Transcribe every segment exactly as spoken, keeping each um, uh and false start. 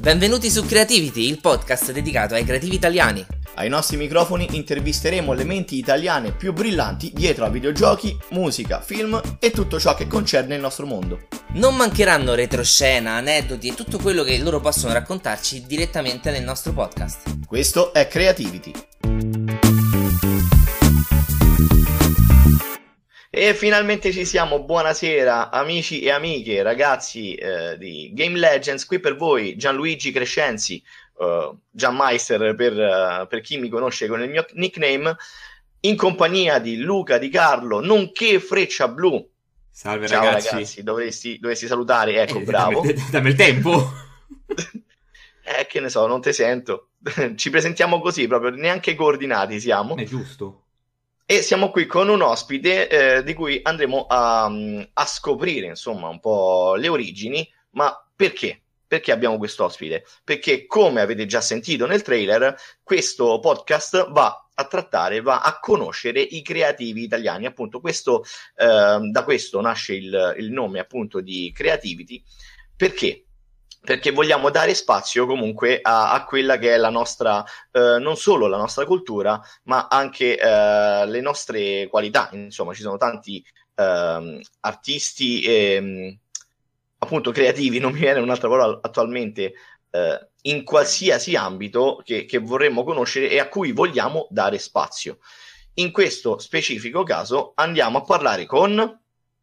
Benvenuti su Creativity, il podcast dedicato ai creativi italiani. Ai nostri microfoni intervisteremo le menti italiane più brillanti dietro a videogiochi, musica, film e tutto ciò che concerne il nostro mondo. Non mancheranno retroscena, aneddoti e tutto quello che loro possono raccontarci direttamente nel nostro podcast. Questo è Creativity. E finalmente ci siamo, buonasera amici e amiche, ragazzi eh, di Game Legends, qui per voi Gianluigi Crescenzi, uh, Gianmeister per, uh, per chi mi conosce con il mio nickname, in compagnia di Luca Di Carlo, nonché Freccia Blu. Salve. Ciao ragazzi, ragazzi, dovresti, dovresti salutare, ecco, eh, bravo. Dammi, dammi il tempo. Eh, che ne so, non te sento. Ci presentiamo così, proprio neanche coordinati siamo. È giusto. E siamo qui con un ospite eh, di cui andremo a, a scoprire, insomma, un po' le origini. Ma perché? Perché abbiamo questo ospite? Perché, come avete già sentito nel trailer, questo podcast va a trattare, va a conoscere i creativi italiani. Appunto, questo, eh, da questo nasce il, il nome, appunto, di Creativity. Perché? Perché vogliamo dare spazio comunque a, a quella che è la nostra, eh, non solo la nostra cultura, ma anche eh, le nostre qualità. Insomma, ci sono tanti eh, artisti, e, appunto creativi, non mi viene un'altra parola attualmente, eh, in qualsiasi ambito che, che vorremmo conoscere e a cui vogliamo dare spazio. In questo specifico caso andiamo a parlare con...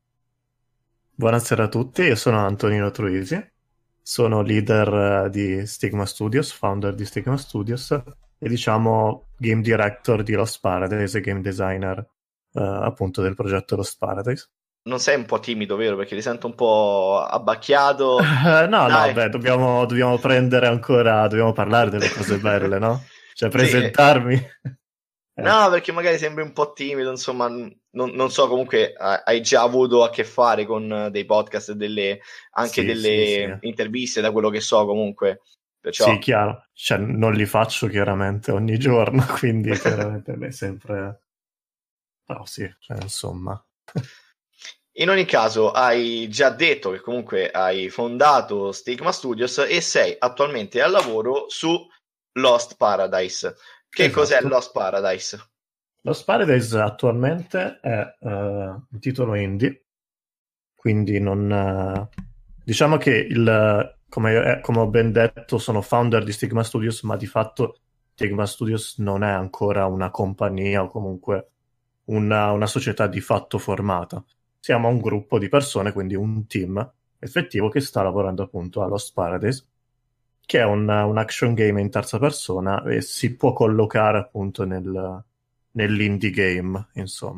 Buonasera a tutti, io sono Antonino Truisi. Sono leader uh, di Stigma Studios, founder di Stigma Studios e diciamo game director di Lost Paradise e game designer uh, appunto del progetto Lost Paradise. Non sei un po' timido, vero? Perché ti sento un po' abbacchiato. Uh, no, Dai. no, beh, dobbiamo, dobbiamo prendere ancora, dobbiamo parlare delle cose belle, no? Cioè presentarmi. Sì. No, perché magari sembri un po' timido, insomma, non, non so, comunque hai già avuto a che fare con dei podcast, delle, anche sì, delle sì, sì. interviste, da quello che so comunque. Perciò... Sì, chiaro, cioè, non li faccio chiaramente ogni giorno, quindi chiaramente è sempre... Però sì, cioè, insomma... In ogni caso, hai già detto che comunque hai fondato Stigma Studios e sei attualmente al lavoro su Lost Paradise. Che Esatto. Cos'è Lost Paradise? Lost Paradise attualmente è uh, un titolo indie, quindi non... Uh, diciamo che, il, come, eh, come ho ben detto, sono founder di Stigma Studios, ma di fatto Stigma Studios non è ancora una compagnia o comunque una, una società di fatto formata. Siamo un gruppo di persone, quindi un team effettivo che sta lavorando appunto a Lost Paradise, che è un, un action game in terza persona e si può collocare appunto nel, nell'indie game, insomma.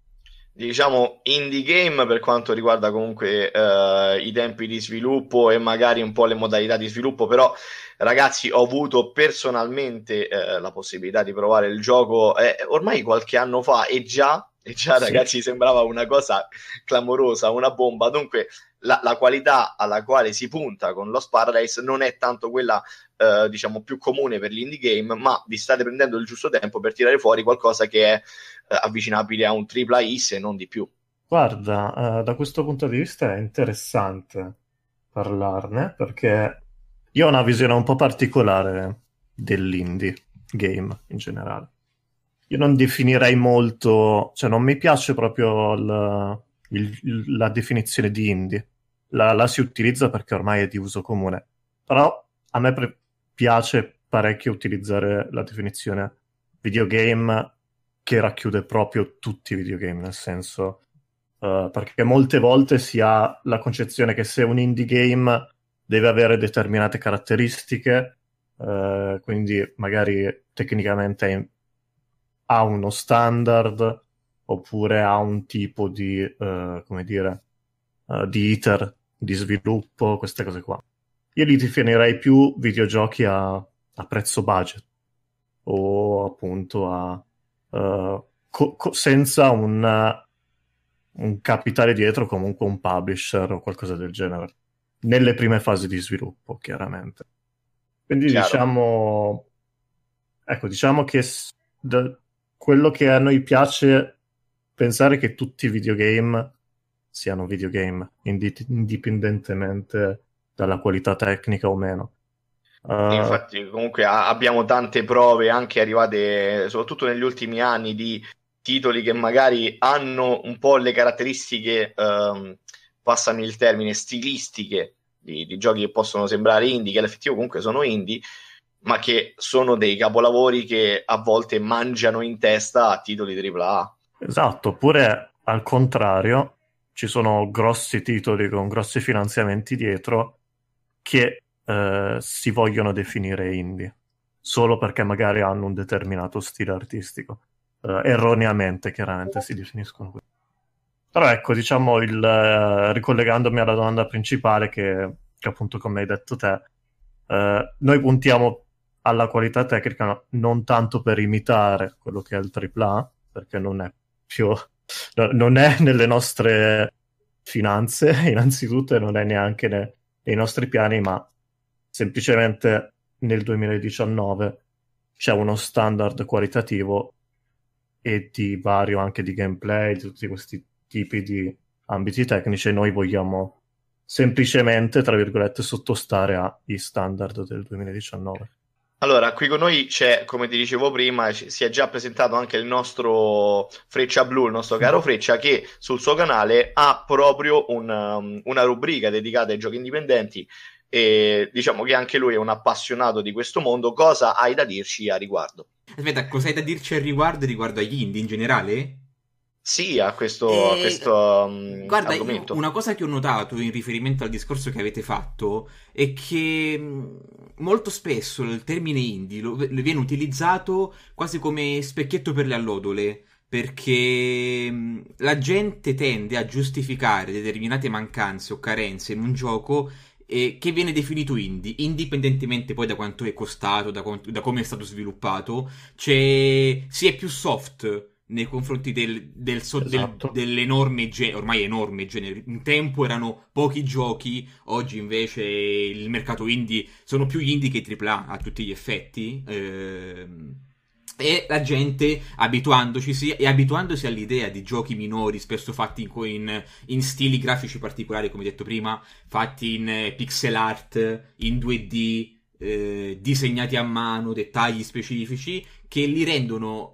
Diciamo indie game per quanto riguarda comunque eh, i tempi di sviluppo e magari un po' le modalità di sviluppo, però ragazzi ho avuto personalmente eh, la possibilità di provare il gioco eh, ormai qualche anno fa e già, e già Sì. Ragazzi sembrava una cosa clamorosa, una bomba. Dunque la, la qualità alla quale si punta con Lost Paradise non è tanto quella eh, diciamo più comune per l'indie game, ma vi state prendendo il giusto tempo per tirare fuori qualcosa che è eh, avvicinabile a un tripla I se non di più. Guarda, uh, da questo punto di vista è interessante parlarne perché io ho una visione un po' particolare dell'indie game in generale. Io non definirei molto, cioè non mi piace proprio il, il, la definizione di indie. La, la si utilizza perché ormai è di uso comune, però a me pre- piace parecchio utilizzare la definizione videogame che racchiude proprio tutti i videogame, nel senso uh, perché molte volte si ha la concezione che se un indie game deve avere determinate caratteristiche, uh, quindi magari tecnicamente è ha uno standard oppure ha un tipo di, uh, come dire, uh, di iter di sviluppo, queste cose qua. Io li definirei più videogiochi a, a prezzo budget o appunto a uh, co- co- senza un, uh, un capitale dietro, comunque un publisher o qualcosa del genere nelle prime fasi di sviluppo, chiaramente. Quindi Chiaro. diciamo ecco, diciamo che s- da- quello che a noi piace pensare che tutti i videogame siano videogame, indi- indipendentemente dalla qualità tecnica o meno. Uh, Infatti, comunque a- abbiamo tante prove anche arrivate, soprattutto negli ultimi anni, di titoli che magari hanno un po' le caratteristiche, ehm, passami il termine, stilistiche di, di giochi che possono sembrare indie, che all'effettivo comunque sono indie, ma che sono dei capolavori che a volte mangiano in testa a titoli tripla A. esatto, oppure al contrario, ci sono grossi titoli con grossi finanziamenti dietro che eh, si vogliono definire indie, solo perché magari hanno un determinato stile artistico. Eh, erroneamente, chiaramente, si definiscono così. Però ecco, diciamo, il, eh, ricollegandomi alla domanda principale, che, che appunto, come hai detto te, eh, noi puntiamo alla qualità tecnica no- non tanto per imitare quello che è il tripla A, perché non è più, no- non è nelle nostre finanze, innanzitutto, e non è neanche ne- nei nostri piani, ma semplicemente nel duemiladiciannove c'è uno standard qualitativo e di vario anche di gameplay, di tutti questi tipi di ambiti tecnici, e noi vogliamo semplicemente, tra virgolette, sottostare agli standard del duemiladiciannove. Allora, qui con noi c'è, come ti dicevo prima, ci- si è già presentato anche il nostro Freccia Blu, il nostro caro Freccia, che sul suo canale ha proprio una, una rubrica dedicata ai giochi indipendenti e diciamo che anche lui è un appassionato di questo mondo. Cosa hai da dirci a riguardo? Aspetta, cosa hai da dirci al riguardo riguardo agli indie in generale? Sì, a questo, a E, questo um, guarda, io argomento. una cosa che ho notato in riferimento al discorso che avete fatto è che mh, molto spesso il termine indie lo, lo viene utilizzato quasi come specchietto per le allodole, perché mh, la gente tende a giustificare determinate mancanze o carenze in un gioco eh, che viene definito indie, indipendentemente poi da quanto è costato, da, quanto- da come è stato sviluppato. C'è, si è più soft nei confronti del, del so- del- Esatto. dell'enorme genere, ormai enorme genere. Un tempo erano pochi giochi, oggi invece il mercato indie sono più indie che tripla A a tutti gli effetti. Ehm, e la gente abituandoci e abituandosi all'idea di giochi minori, spesso fatti in, in, in stili grafici particolari, come detto prima, fatti in eh, pixel art, in due D, eh, disegnati a mano, dettagli specifici che li rendono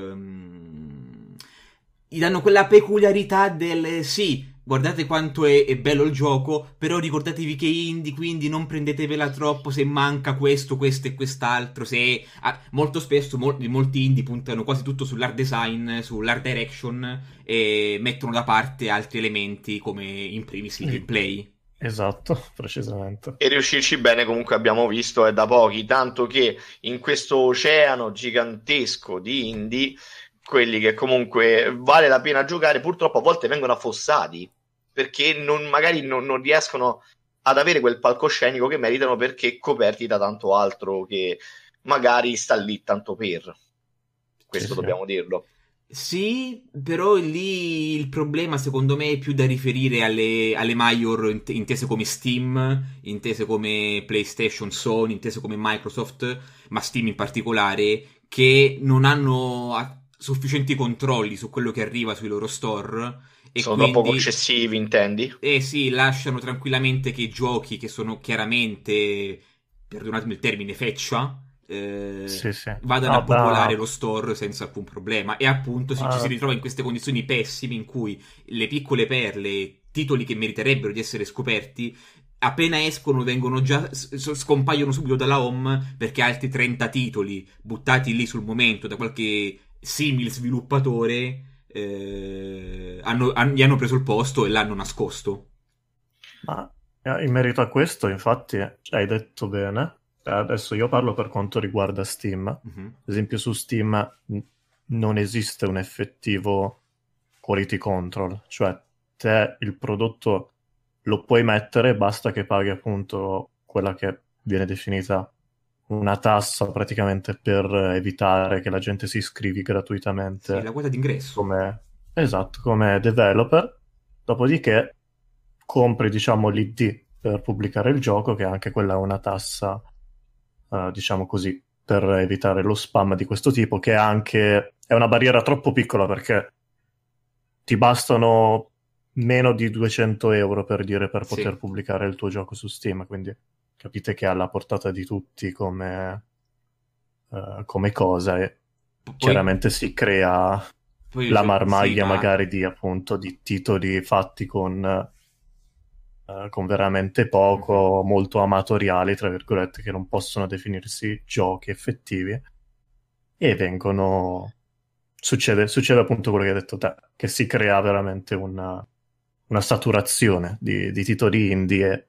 ehm, gli danno quella peculiarità del sì, guardate quanto è, è bello il gioco, però ricordatevi che è indie, quindi non prendetevela troppo se manca questo, questo e quest'altro. Se ah, molto spesso mol- molti indie puntano quasi tutto sull'art design, sull'art direction e mettono da parte altri elementi come in primis il gameplay. Esatto, precisamente. E riuscirci bene comunque abbiamo visto è da pochi, tanto che in questo oceano gigantesco di indie, quelli che comunque vale la pena giocare, purtroppo a volte vengono affossati, perché non, magari non, non riescono ad avere quel palcoscenico che meritano perché coperti da tanto altro che magari sta lì tanto per. Questo Sì, sì. dobbiamo dirlo. Sì, però lì il problema secondo me è più da riferire alle, alle major int- intese come Steam, intese come PlayStation, Sony, intese come Microsoft, ma Steam in particolare, che non hanno a- sufficienti controlli su quello che arriva sui loro store e Sono quindi troppo concessivi, intendi? eh sì, lasciano tranquillamente che i giochi che sono chiaramente, perdonatemi il termine, feccia, eh, Sì, sì. vadano No, a popolare ma- lo store senza alcun problema. E appunto si- ci si Ah. ritrova in queste condizioni pessime in cui le piccole perle, titoli che meriterebbero di essere scoperti, appena escono vengono già s- scompaiono subito dalla home perché altri trenta titoli buttati lì sul momento da qualche simil sviluppatore eh, hanno, han- gli hanno preso il posto e l'hanno nascosto. Ma eh, in merito a questo, infatti, hai detto bene. Eh, Adesso io parlo per quanto riguarda Steam. Mhm. Ad esempio, su Steam mh, non esiste un effettivo quality control, cioè te il prodotto lo puoi mettere, basta che paghi appunto quella che viene definita una tassa praticamente per evitare che la gente si iscrivi gratuitamente Sì, la quota d'ingresso. come, esatto, come developer. Dopodiché compri, diciamo, l'I D per pubblicare il gioco, che anche quella è una tassa, eh, diciamo così, per evitare lo spam di questo tipo, che è anche è una barriera troppo piccola perché ti bastano meno di duecento euro per dire per Sì. poter pubblicare il tuo gioco su Steam, quindi capite che è alla portata di tutti come, uh, come cosa, e Poi, chiaramente si crea poi la cioè, marmaglia sì, ma... magari di appunto di titoli fatti con, uh, con veramente poco, Mhm. molto amatoriali, tra virgolette, che non possono definirsi giochi effettivi, e vengono... Succede, succede appunto quello che hai detto te, che si crea veramente una, una saturazione di, di titoli indie, e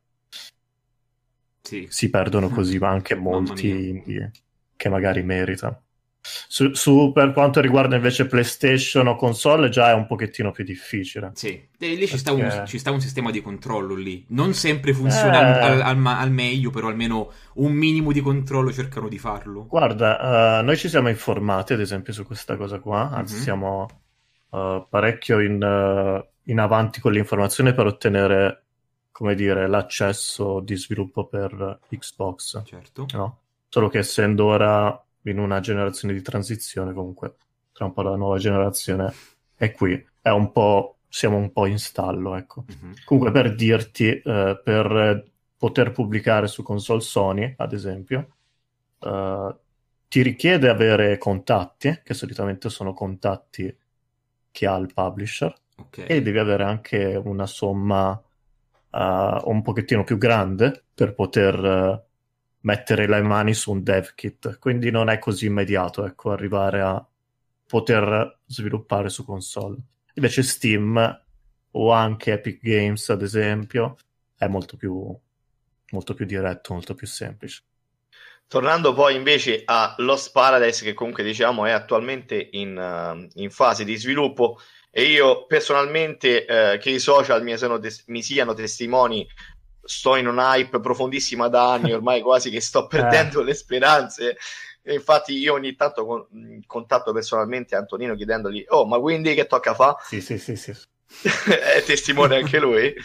Sì. si perdono così anche Mamma mia. molti indie che magari meritano. Su, su- per quanto riguarda invece PlayStation o console, già è un pochettino più difficile. Sì, e lì ci sta, un, Perché ci sta un sistema di controllo lì. Non sempre funziona al, al- eh, al ma- al meglio, però almeno un minimo di controllo cercano di farlo. guarda, eh, noi ci siamo informati ad esempio su questa cosa qua, anzi Mhm. siamo eh, parecchio in, eh, in avanti con l'informazione per ottenere, come dire, l'accesso di sviluppo per Xbox, Certo. no? Solo che essendo ora in una generazione di transizione, comunque tra un po' la nuova generazione è qui, è un po', siamo un po' in stallo, ecco. Mhm. Comunque per dirti, eh, per poter pubblicare su console Sony, ad esempio, eh, ti richiede avere contatti, che solitamente sono contatti che ha il publisher, Ok. e devi avere anche una somma eh, un pochettino più grande per poter eh, mettere le mani su un dev kit. Quindi non è così immediato, ecco, arrivare a poter sviluppare su console. Invece Steam o anche Epic Games, ad esempio, è molto più, molto più diretto, molto più semplice. Tornando poi invece a Lost Paradise, che comunque diciamo è attualmente in, uh, in fase di sviluppo, e io personalmente, eh, che i social mi siano, tes- mi siano testimoni, sto in un hype profondissima da anni, ormai quasi che sto Eh, perdendo le speranze. E infatti io ogni tanto con- contatto personalmente Antonino chiedendogli, oh, ma quindi che tocca fa? sì, sì, sì, sì. È testimone anche lui.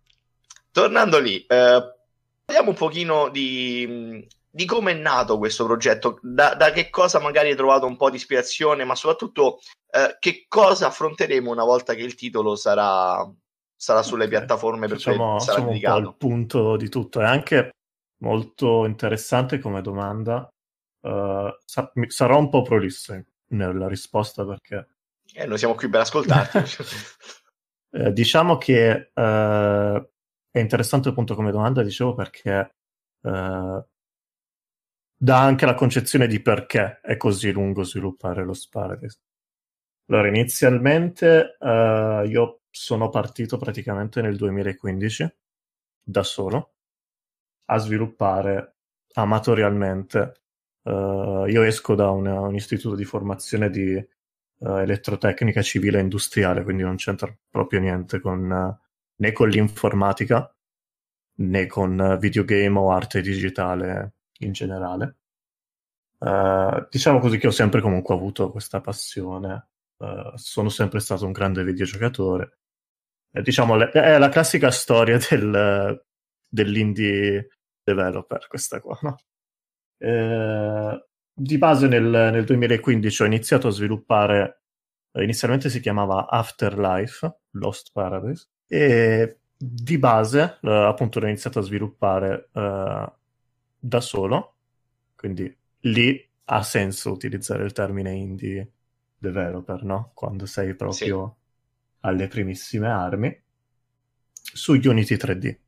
Tornando lì, eh, parliamo un pochino di, di come è nato questo progetto, da, da che cosa magari hai trovato un po' di ispirazione, ma soprattutto eh, che cosa affronteremo una volta che il titolo sarà, sarà sulle Ok. piattaforme per cui Facciamo, sarà facciamo un po' il dedicato. punto di tutto. È anche molto interessante come domanda. Eh, sa- mi- sarò un po' prolisso nella risposta perché E noi siamo qui per ascoltarti. eh, diciamo che eh, è interessante appunto come domanda, dicevo, perché eh, dà anche la concezione di perché è così lungo sviluppare lo Paradise. Allora, inizialmente eh, io sono partito praticamente nel duemilaquindici da solo a sviluppare amatorialmente. Eh, io esco da un, un istituto di formazione di eh, elettrotecnica civile e industriale, quindi non c'entra proprio niente con, eh, né con l'informatica né con eh, videogame o arte digitale in generale. Eh, diciamo così che ho sempre comunque avuto questa passione. Eh, sono sempre stato un grande videogiocatore. Eh, diciamo, le- è la classica storia del, dell'indie developer, questa qua, no? Eh, di base nel, nel duemilaquindici ho iniziato a sviluppare, eh, inizialmente si chiamava Afterlife, Lost Paradise, e di base eh, appunto l'ho iniziato a sviluppare eh, da solo, quindi lì ha senso utilizzare il termine indie developer, no? Quando sei Sì, proprio alle primissime armi, su Unity tre D.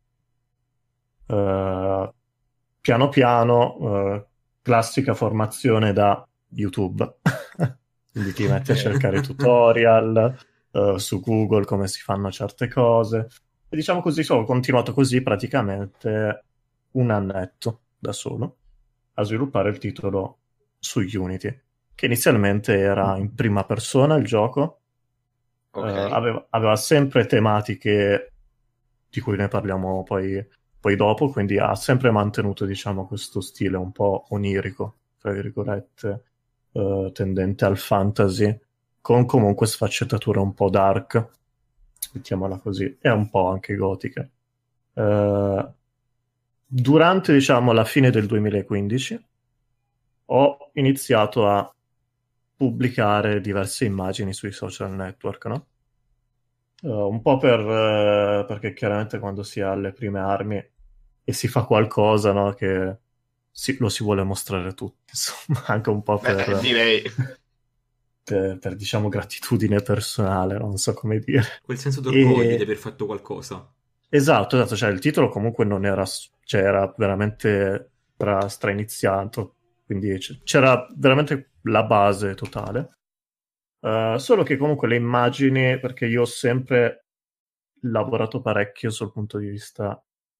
Uh, piano piano, uh, classica formazione da YouTube, quindi ti metti a cercare tutorial uh, su Google come si fanno certe cose, e diciamo così, so, ho continuato così praticamente un annetto da solo a sviluppare il titolo su Unity, che inizialmente era in prima persona il gioco. Uh, ok. aveva, aveva sempre tematiche di cui ne parliamo poi, poi dopo, quindi ha sempre mantenuto, diciamo, questo stile un po' onirico, tra virgolette, uh, tendente al fantasy, con comunque sfaccettatura un po' dark, mettiamola così, e un po' anche gotica. Uh, durante, diciamo, la fine del duemilaquindici ho iniziato a pubblicare diverse immagini sui social network, no? Uh, un po' per, uh, perché chiaramente quando si ha le prime armi e si fa qualcosa, no, che si, lo si vuole mostrare a tutti, insomma, anche un po' per, Beh, direi. per, per, diciamo, gratitudine personale, non so come dire. Quel senso d'orgoglio E... di aver fatto qualcosa. Esatto, esatto, cioè il titolo comunque non era, cioè era veramente stra, strainiziato, quindi c'era veramente la base totale. Uh, solo che comunque le immagini, perché io ho sempre lavorato parecchio sul punto di vista,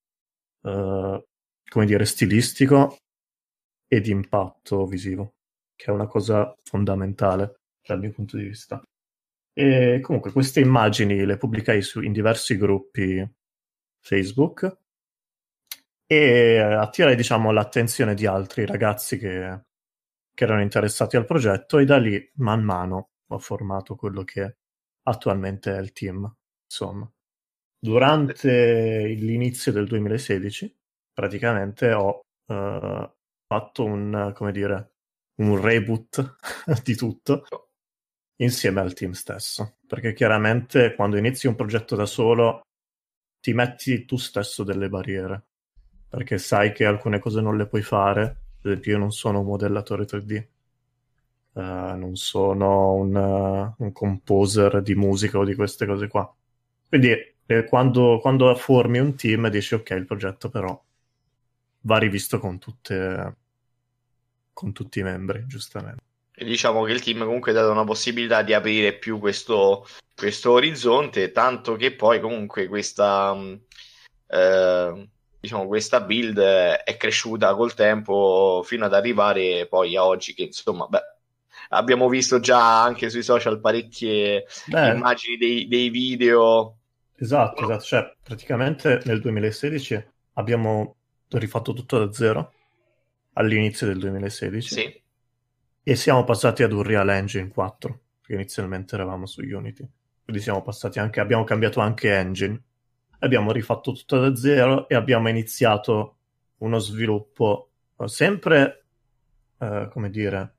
uh, come dire, stilistico e di impatto visivo, che è una cosa fondamentale dal mio punto di vista. E comunque queste immagini le pubblicai su, in diversi gruppi Facebook e attirai, diciamo, l'attenzione di altri ragazzi che, che erano interessati al progetto, e da lì man mano ho formato quello che attualmente è il team. Insomma, durante l'inizio del duemilasedici praticamente ho uh, fatto un, come dire, un reboot di tutto insieme al team stesso, perché chiaramente quando inizi un progetto da solo ti metti tu stesso delle barriere, perché sai che alcune cose non le puoi fare. Ad esempio, io non sono un modellatore tre D, uh, non sono un, uh, un composer di musica o di queste cose qua. Quindi eh, quando, quando formi un team dici ok, il progetto però va rivisto con tutte con tutti i membri, giustamente. E diciamo che il team comunque ha dato una possibilità di aprire più questo, questo orizzonte, tanto che poi comunque questa eh, diciamo questa build è cresciuta col tempo fino ad arrivare poi a oggi, che insomma beh, abbiamo visto già anche sui social parecchie beh, immagini dei, dei video. Esatto, esatto, cioè praticamente nel duemilasedici abbiamo rifatto tutto da zero all'inizio del duemilasedici. Sì. E siamo passati ad Unreal Engine quattro, perché inizialmente eravamo su Unity. Quindi siamo passati anche, abbiamo cambiato anche engine, abbiamo rifatto tutto da zero e abbiamo iniziato uno sviluppo sempre, uh, come dire,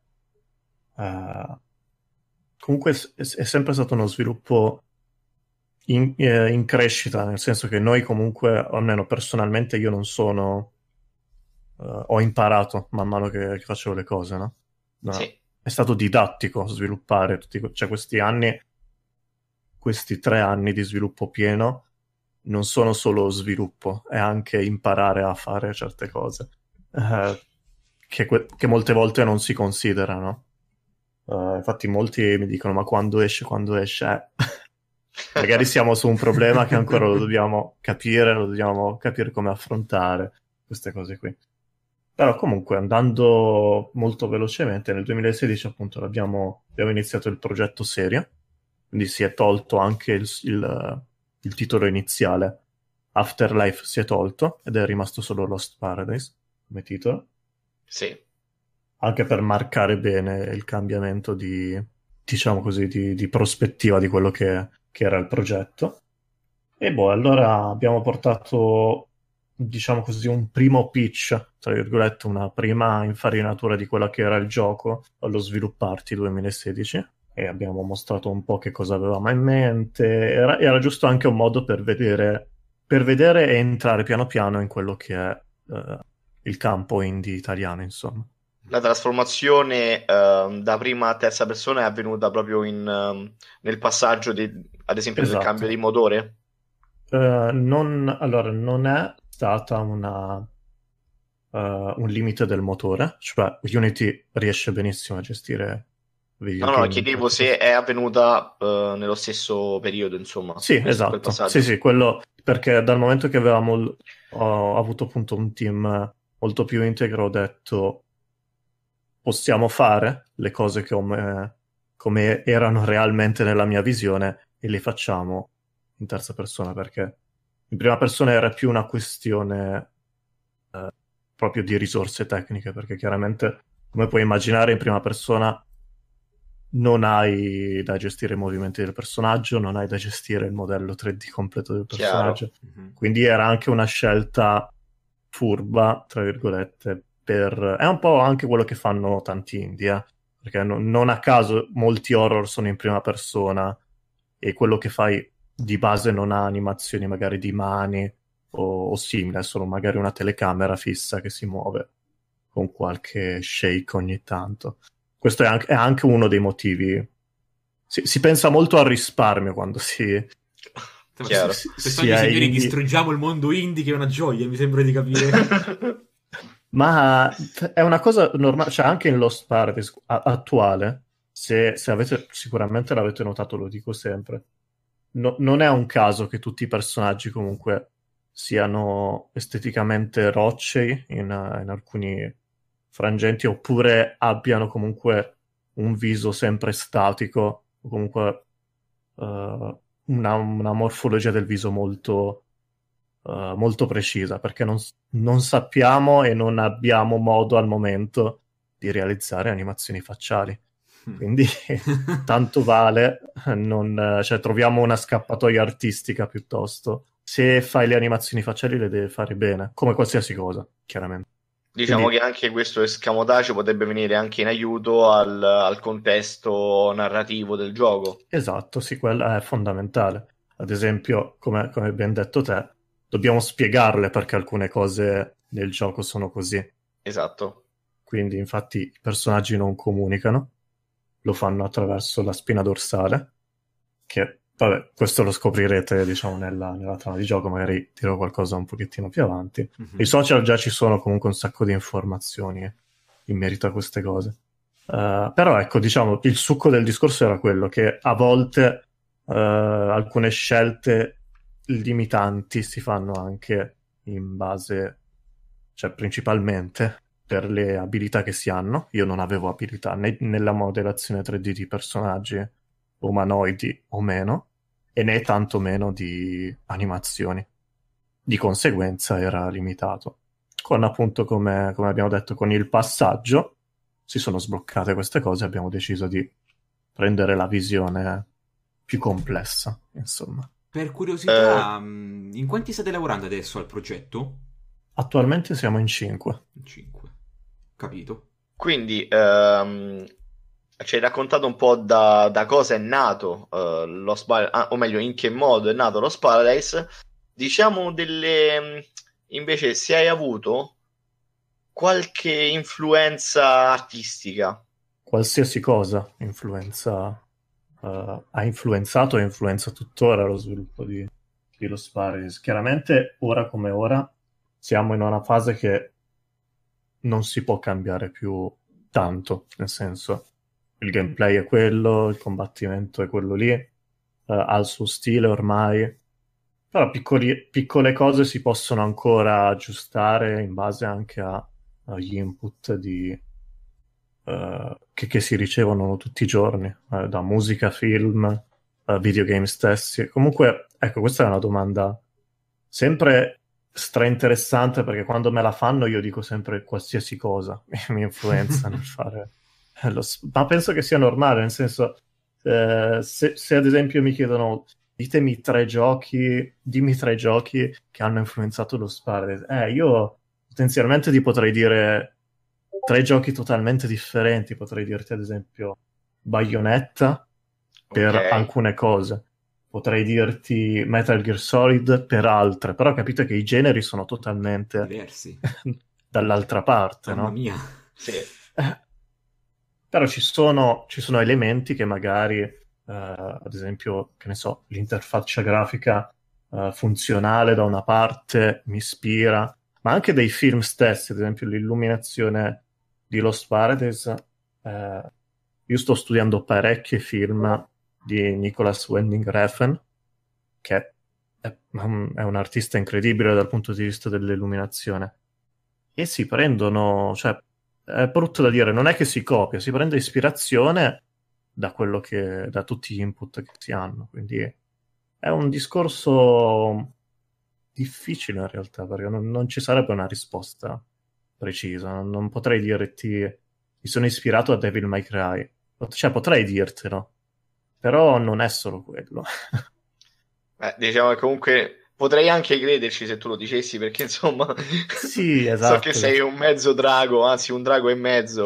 uh, comunque è, è sempre stato uno sviluppo in, eh, in crescita, nel senso che noi comunque, almeno personalmente, io non sono, uh, ho imparato man mano che, che facevo le cose, no? No, sì. È stato didattico sviluppare tutti, cioè questi anni, questi tre anni di sviluppo pieno non sono solo sviluppo, è anche imparare a fare certe cose eh, che, que- che molte volte non si considerano. Uh, infatti molti mi dicono ma quando esce, quando esce? Eh. Magari siamo su un problema che ancora lo dobbiamo capire, lo dobbiamo capire come affrontare, queste cose qui. Però comunque, andando molto velocemente, nel duemilasedici appunto abbiamo, abbiamo iniziato il progetto serio, quindi si è tolto anche il, il, il titolo iniziale, Afterlife si è tolto, ed è rimasto solo Lost Paradise come titolo. Sì. Anche per marcare bene il cambiamento di, diciamo così, di, di prospettiva di quello che, che era il progetto. E boh, allora abbiamo portato, diciamo così, un primo pitch, tra virgolette, una prima infarinatura di quello che era il gioco allo Svilupparty duemilasedici, e abbiamo mostrato un po' che cosa avevamo in mente. Era, era giusto anche un modo per vedere, per vedere e entrare piano piano in quello che è uh, il campo indie italiano, insomma. La trasformazione uh, da prima a terza persona è avvenuta proprio in, uh, nel passaggio, di, ad esempio, esatto. del cambio di motore? Uh, non, allora, non è stata una, uh, un limite del motore, cioè Unity riesce benissimo a gestire video. No, no, chiedevo se è avvenuta uh, nello stesso periodo, insomma. Sì, esatto. Sì, sì, quello perché dal momento che avevamo ho avuto appunto un team molto più integro, ho detto possiamo fare le cose come, come erano realmente nella mia visione e le facciamo in terza persona, perché in prima persona era più una questione eh, proprio di risorse tecniche, perché chiaramente, come puoi immaginare, in prima persona non hai da gestire i movimenti del personaggio, non hai da gestire il modello tre D completo del personaggio. Mm-hmm. Quindi era anche una scelta furba, tra virgolette, per... è un po' anche quello che fanno tanti indie, eh? Perché no, non a caso molti horror sono in prima persona e quello che fai di base non ha animazioni magari di mani o, o simile, è solo magari una telecamera fissa che si muove con qualche shake ogni tanto. Questo è anche, è anche uno dei motivi. Si, si pensa molto al risparmio quando si... Chiaro. Si, si, si signori, indie... distruggiamo il mondo indie, che è una gioia, mi sembra di capire. Ma è una cosa normale, cioè anche in Lost Paradise a- attuale, se, se avete, sicuramente l'avete notato, lo dico sempre, no, non è un caso che tutti i personaggi comunque siano esteticamente rocci in, in alcuni frangenti, oppure abbiano comunque un viso sempre statico, o comunque uh, una, una morfologia del viso molto... Uh, molto precisa, perché non, non sappiamo e non abbiamo modo al momento di realizzare animazioni facciali, quindi tanto vale non, cioè, troviamo una scappatoia artistica piuttosto. Se fai le animazioni facciali le devi fare bene, come qualsiasi cosa, chiaramente. Diciamo Quindi... che anche questo escamotage potrebbe venire anche in aiuto al, al contesto narrativo del gioco. Esatto, sì, quello è fondamentale. Ad esempio, come, come ben detto te, dobbiamo spiegarle perché alcune cose nel gioco sono così. Esatto. Quindi, infatti, i personaggi non comunicano, lo fanno attraverso la spina dorsale, che, vabbè, questo lo scoprirete, diciamo, nella, nella trama di gioco, magari dirò qualcosa un pochettino più avanti. Mm-hmm. I social già ci sono comunque un sacco di informazioni in merito a queste cose. Uh, però, ecco, diciamo, il succo del discorso era quello che a volte uh, alcune scelte limitanti si fanno anche in base, cioè principalmente per le abilità che si hanno. Io non avevo abilità né nella modellazione tre D di personaggi umanoidi o meno, e né tanto meno di animazioni. Di conseguenza era limitato. Con appunto, come, come abbiamo detto, con il passaggio si sono sbloccate queste cose e abbiamo deciso di prendere la visione più complessa, insomma. Per curiosità, eh, in quanti state lavorando adesso al progetto? Attualmente siamo in cinque. In cinque, capito. Quindi ehm, ci hai raccontato un po' da, da cosa è nato uh, Lost Paradise, ah, o meglio, in che modo è nato Lost Paradise. Diciamo delle... invece, se hai avuto qualche influenza artistica. Qualsiasi cosa influenza... Uh, ha influenzato e influenza tuttora lo sviluppo di, di Lost Paradise. Chiaramente, ora come ora, siamo in una fase che non si può cambiare più tanto, nel senso, il gameplay è quello, il combattimento è quello lì, uh, ha il suo stile ormai, però piccoli, piccole cose si possono ancora aggiustare in base anche a, agli input di... Uh, che, che si ricevono tutti i giorni, uh, da musica, film, uh, videogame stessi. Comunque, ecco, questa è una domanda sempre stra interessante, perché quando me la fanno io dico sempre qualsiasi cosa mi influenza nel fare lo... ma penso che sia normale, nel senso, eh, se, se ad esempio mi chiedono ditemi tre giochi, dimmi tre giochi che hanno influenzato lo Paradise, eh, io potenzialmente ti potrei dire tre giochi totalmente differenti. Potrei dirti ad esempio Bayonetta per okay. alcune cose, potrei dirti Metal Gear Solid per altre, però capite che i generi sono totalmente diversi dall'altra parte. Mamma no? mia. Sì. Eh, però ci sono, ci sono elementi che magari eh, ad esempio, che ne so, l'interfaccia grafica eh, funzionale da una parte mi ispira, ma anche dei film stessi, ad esempio l'illuminazione di Lost Paradise. Eh, io sto studiando parecchi film di Nicolas Winding Refn, che è, è un artista incredibile dal punto di vista dell'illuminazione, e si prendono, cioè è brutto da dire, non è che si copia, si prende ispirazione da quello che, da tutti gli input che si hanno, quindi è un discorso difficile in realtà, perché non, non ci sarebbe una risposta precisa. Non, non potrei dirti mi sono ispirato a Devil May Cry, cioè potrei dirtelo, però non è solo quello. eh, diciamo che comunque potrei anche crederci se tu lo dicessi, perché insomma sì, esatto, so che sei un mezzo drago, anzi un drago e mezzo.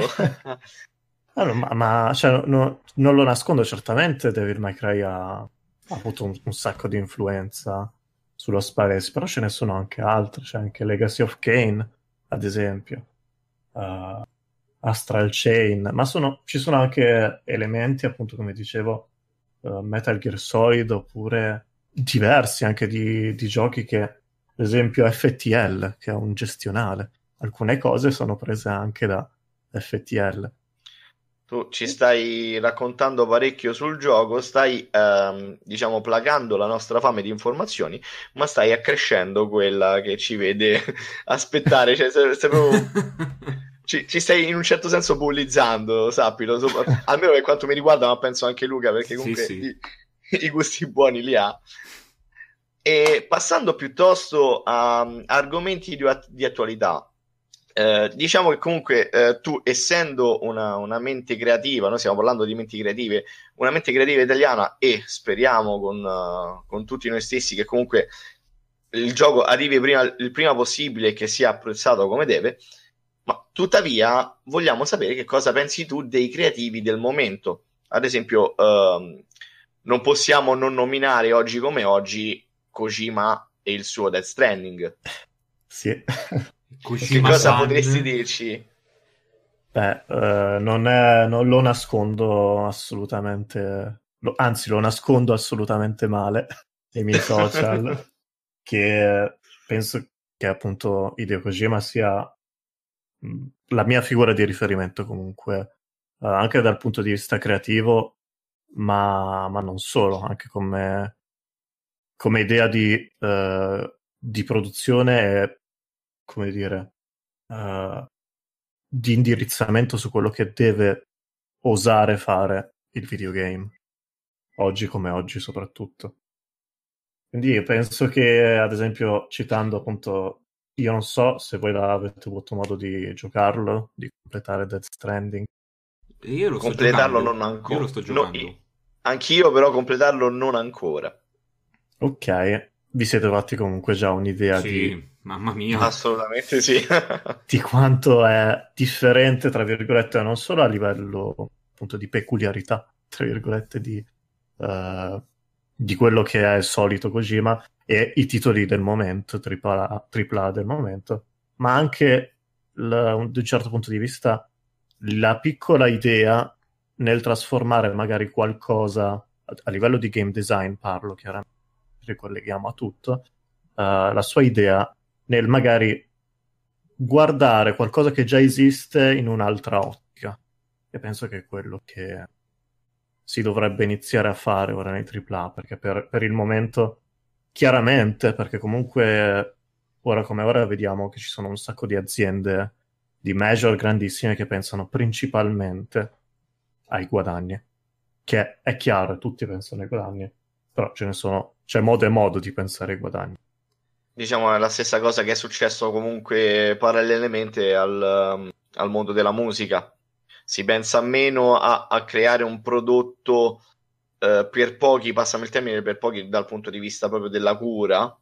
allora, ma ma cioè, no, non lo nascondo, certamente Devil May Cry ha, ha avuto un, un sacco di influenza sullo Spires, però ce ne sono anche altre, c'è anche Legacy of Kain, ad esempio, uh, Astral Chain, ma sono, ci sono anche elementi, appunto, come dicevo, uh, Metal Gear Solid, oppure diversi anche di, di giochi che, ad esempio, F T L, che è un gestionale. Alcune cose sono prese anche da F T L. Tu ci stai raccontando parecchio sul gioco, stai ehm, diciamo placando la nostra fame di informazioni, ma stai accrescendo quella che ci vede aspettare, cioè sei, sei proprio... ci, ci stai in un certo senso bullizzando, sappilo, so, almeno per quanto mi riguarda, ma penso anche Luca, perché comunque sì, sì. I, i gusti buoni li ha. E passando piuttosto a, a argomenti di, di attualità, Eh, diciamo che comunque eh, tu, essendo una, una mente creativa, noi stiamo parlando di menti creative, una mente creativa italiana, e speriamo con, uh, con tutti noi stessi che comunque il gioco arrivi prima, il prima possibile e che sia apprezzato come deve, ma tuttavia vogliamo sapere che cosa pensi tu dei creativi del momento. Ad esempio, uh, non possiamo non nominare oggi come oggi Kojima e il suo Death Stranding. Sì. Che cosa potresti dirci? Beh, eh, non, è, non lo nascondo assolutamente, lo, anzi lo nascondo assolutamente male nei miei social, che penso che appunto Hideo Kojima sia mh, la mia figura di riferimento comunque, eh, anche dal punto di vista creativo, ma, ma non solo, anche come, come idea di, eh, di produzione e, come dire, uh, di indirizzamento su quello che deve osare fare il videogame, oggi come oggi soprattutto. Quindi io penso che, ad esempio, citando appunto, io non so se voi avete avuto modo di giocarlo, di completare Death Stranding. Io lo sto completarlo giocando. non ancora. Io lo sto giocando. No, anch'io però completarlo non ancora. Ok, vi siete fatti comunque già un'idea sì, di... mamma mia. Assolutamente sì. di quanto è differente, tra virgolette, non solo a livello appunto di peculiarità, tra virgolette, di, uh, di quello che è il solito Kojima e i titoli del momento, tripla A, tripla A del momento, ma anche da un certo punto di vista la piccola idea nel trasformare magari qualcosa a, a livello di game design, parlo chiaramente, ricolleghiamo a tutto, uh, la sua idea nel magari guardare qualcosa che già esiste in un'altra ottica, e penso che è quello che si dovrebbe iniziare a fare ora nei tripla A, perché per, per il momento chiaramente, perché comunque ora come ora vediamo che ci sono un sacco di aziende di major grandissime che pensano principalmente ai guadagni, che è chiaro, tutti pensano ai guadagni, però ce ne sono, c'è modo e modo di pensare ai guadagni. Diciamo è la stessa cosa che è successo comunque parallelamente al, um, al mondo della musica. Si pensa meno a, a creare un prodotto uh, per pochi, passami il termine, per pochi dal punto di vista proprio della cura,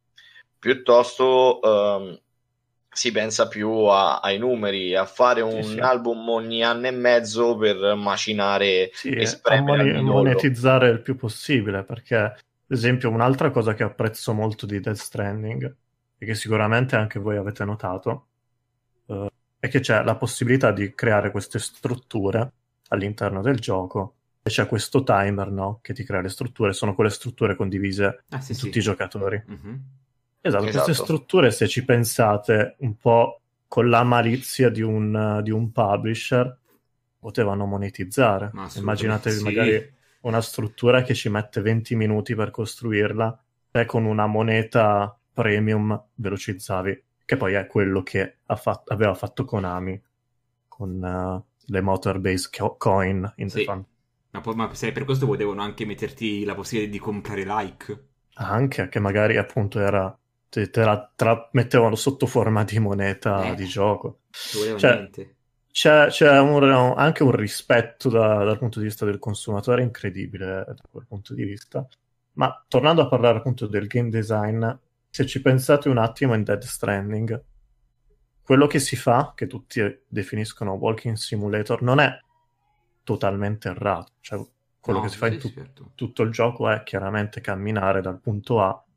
piuttosto um, si pensa più a, ai numeri, a fare un sì, sì. album ogni anno e mezzo per macinare sì, e spremere a al midollo. monetizzare il più possibile, perché ad esempio un'altra cosa che apprezzo molto di Death Stranding e che sicuramente anche voi avete notato uh, è che c'è la possibilità di creare queste strutture all'interno del gioco e c'è questo timer, no? Che ti crea le strutture, sono quelle strutture condivise ah, sì, in sì. tutti i giocatori. Mm-hmm. Esatto, Esatto, queste strutture, se ci pensate un po' con la malizia di un, uh, di un publisher, potevano monetizzare. Immaginatevi sì. magari una struttura che ci mette venti minuti per costruirla e con una moneta premium velocizzavi, che poi è quello che ha fatto, aveva fatto Konami con uh, le motor-based co- coin in sì. The Fun. Ma, poi, ma se per questo potevano anche metterti la possibilità di comprare like. Anche, che magari appunto era... te, te la tra- mettevano sotto forma di moneta eh, di gioco. Cioè, niente. C'è, c'è un, anche un rispetto da, dal punto di vista del consumatore incredibile da quel punto di vista. Ma tornando a parlare appunto del game design, se ci pensate un attimo in Death Stranding, quello che si fa, che tutti definiscono walking simulator, non è totalmente errato. Cioè, quello no, che si fa sì, in tu- certo. tutto il gioco è chiaramente camminare dal punto A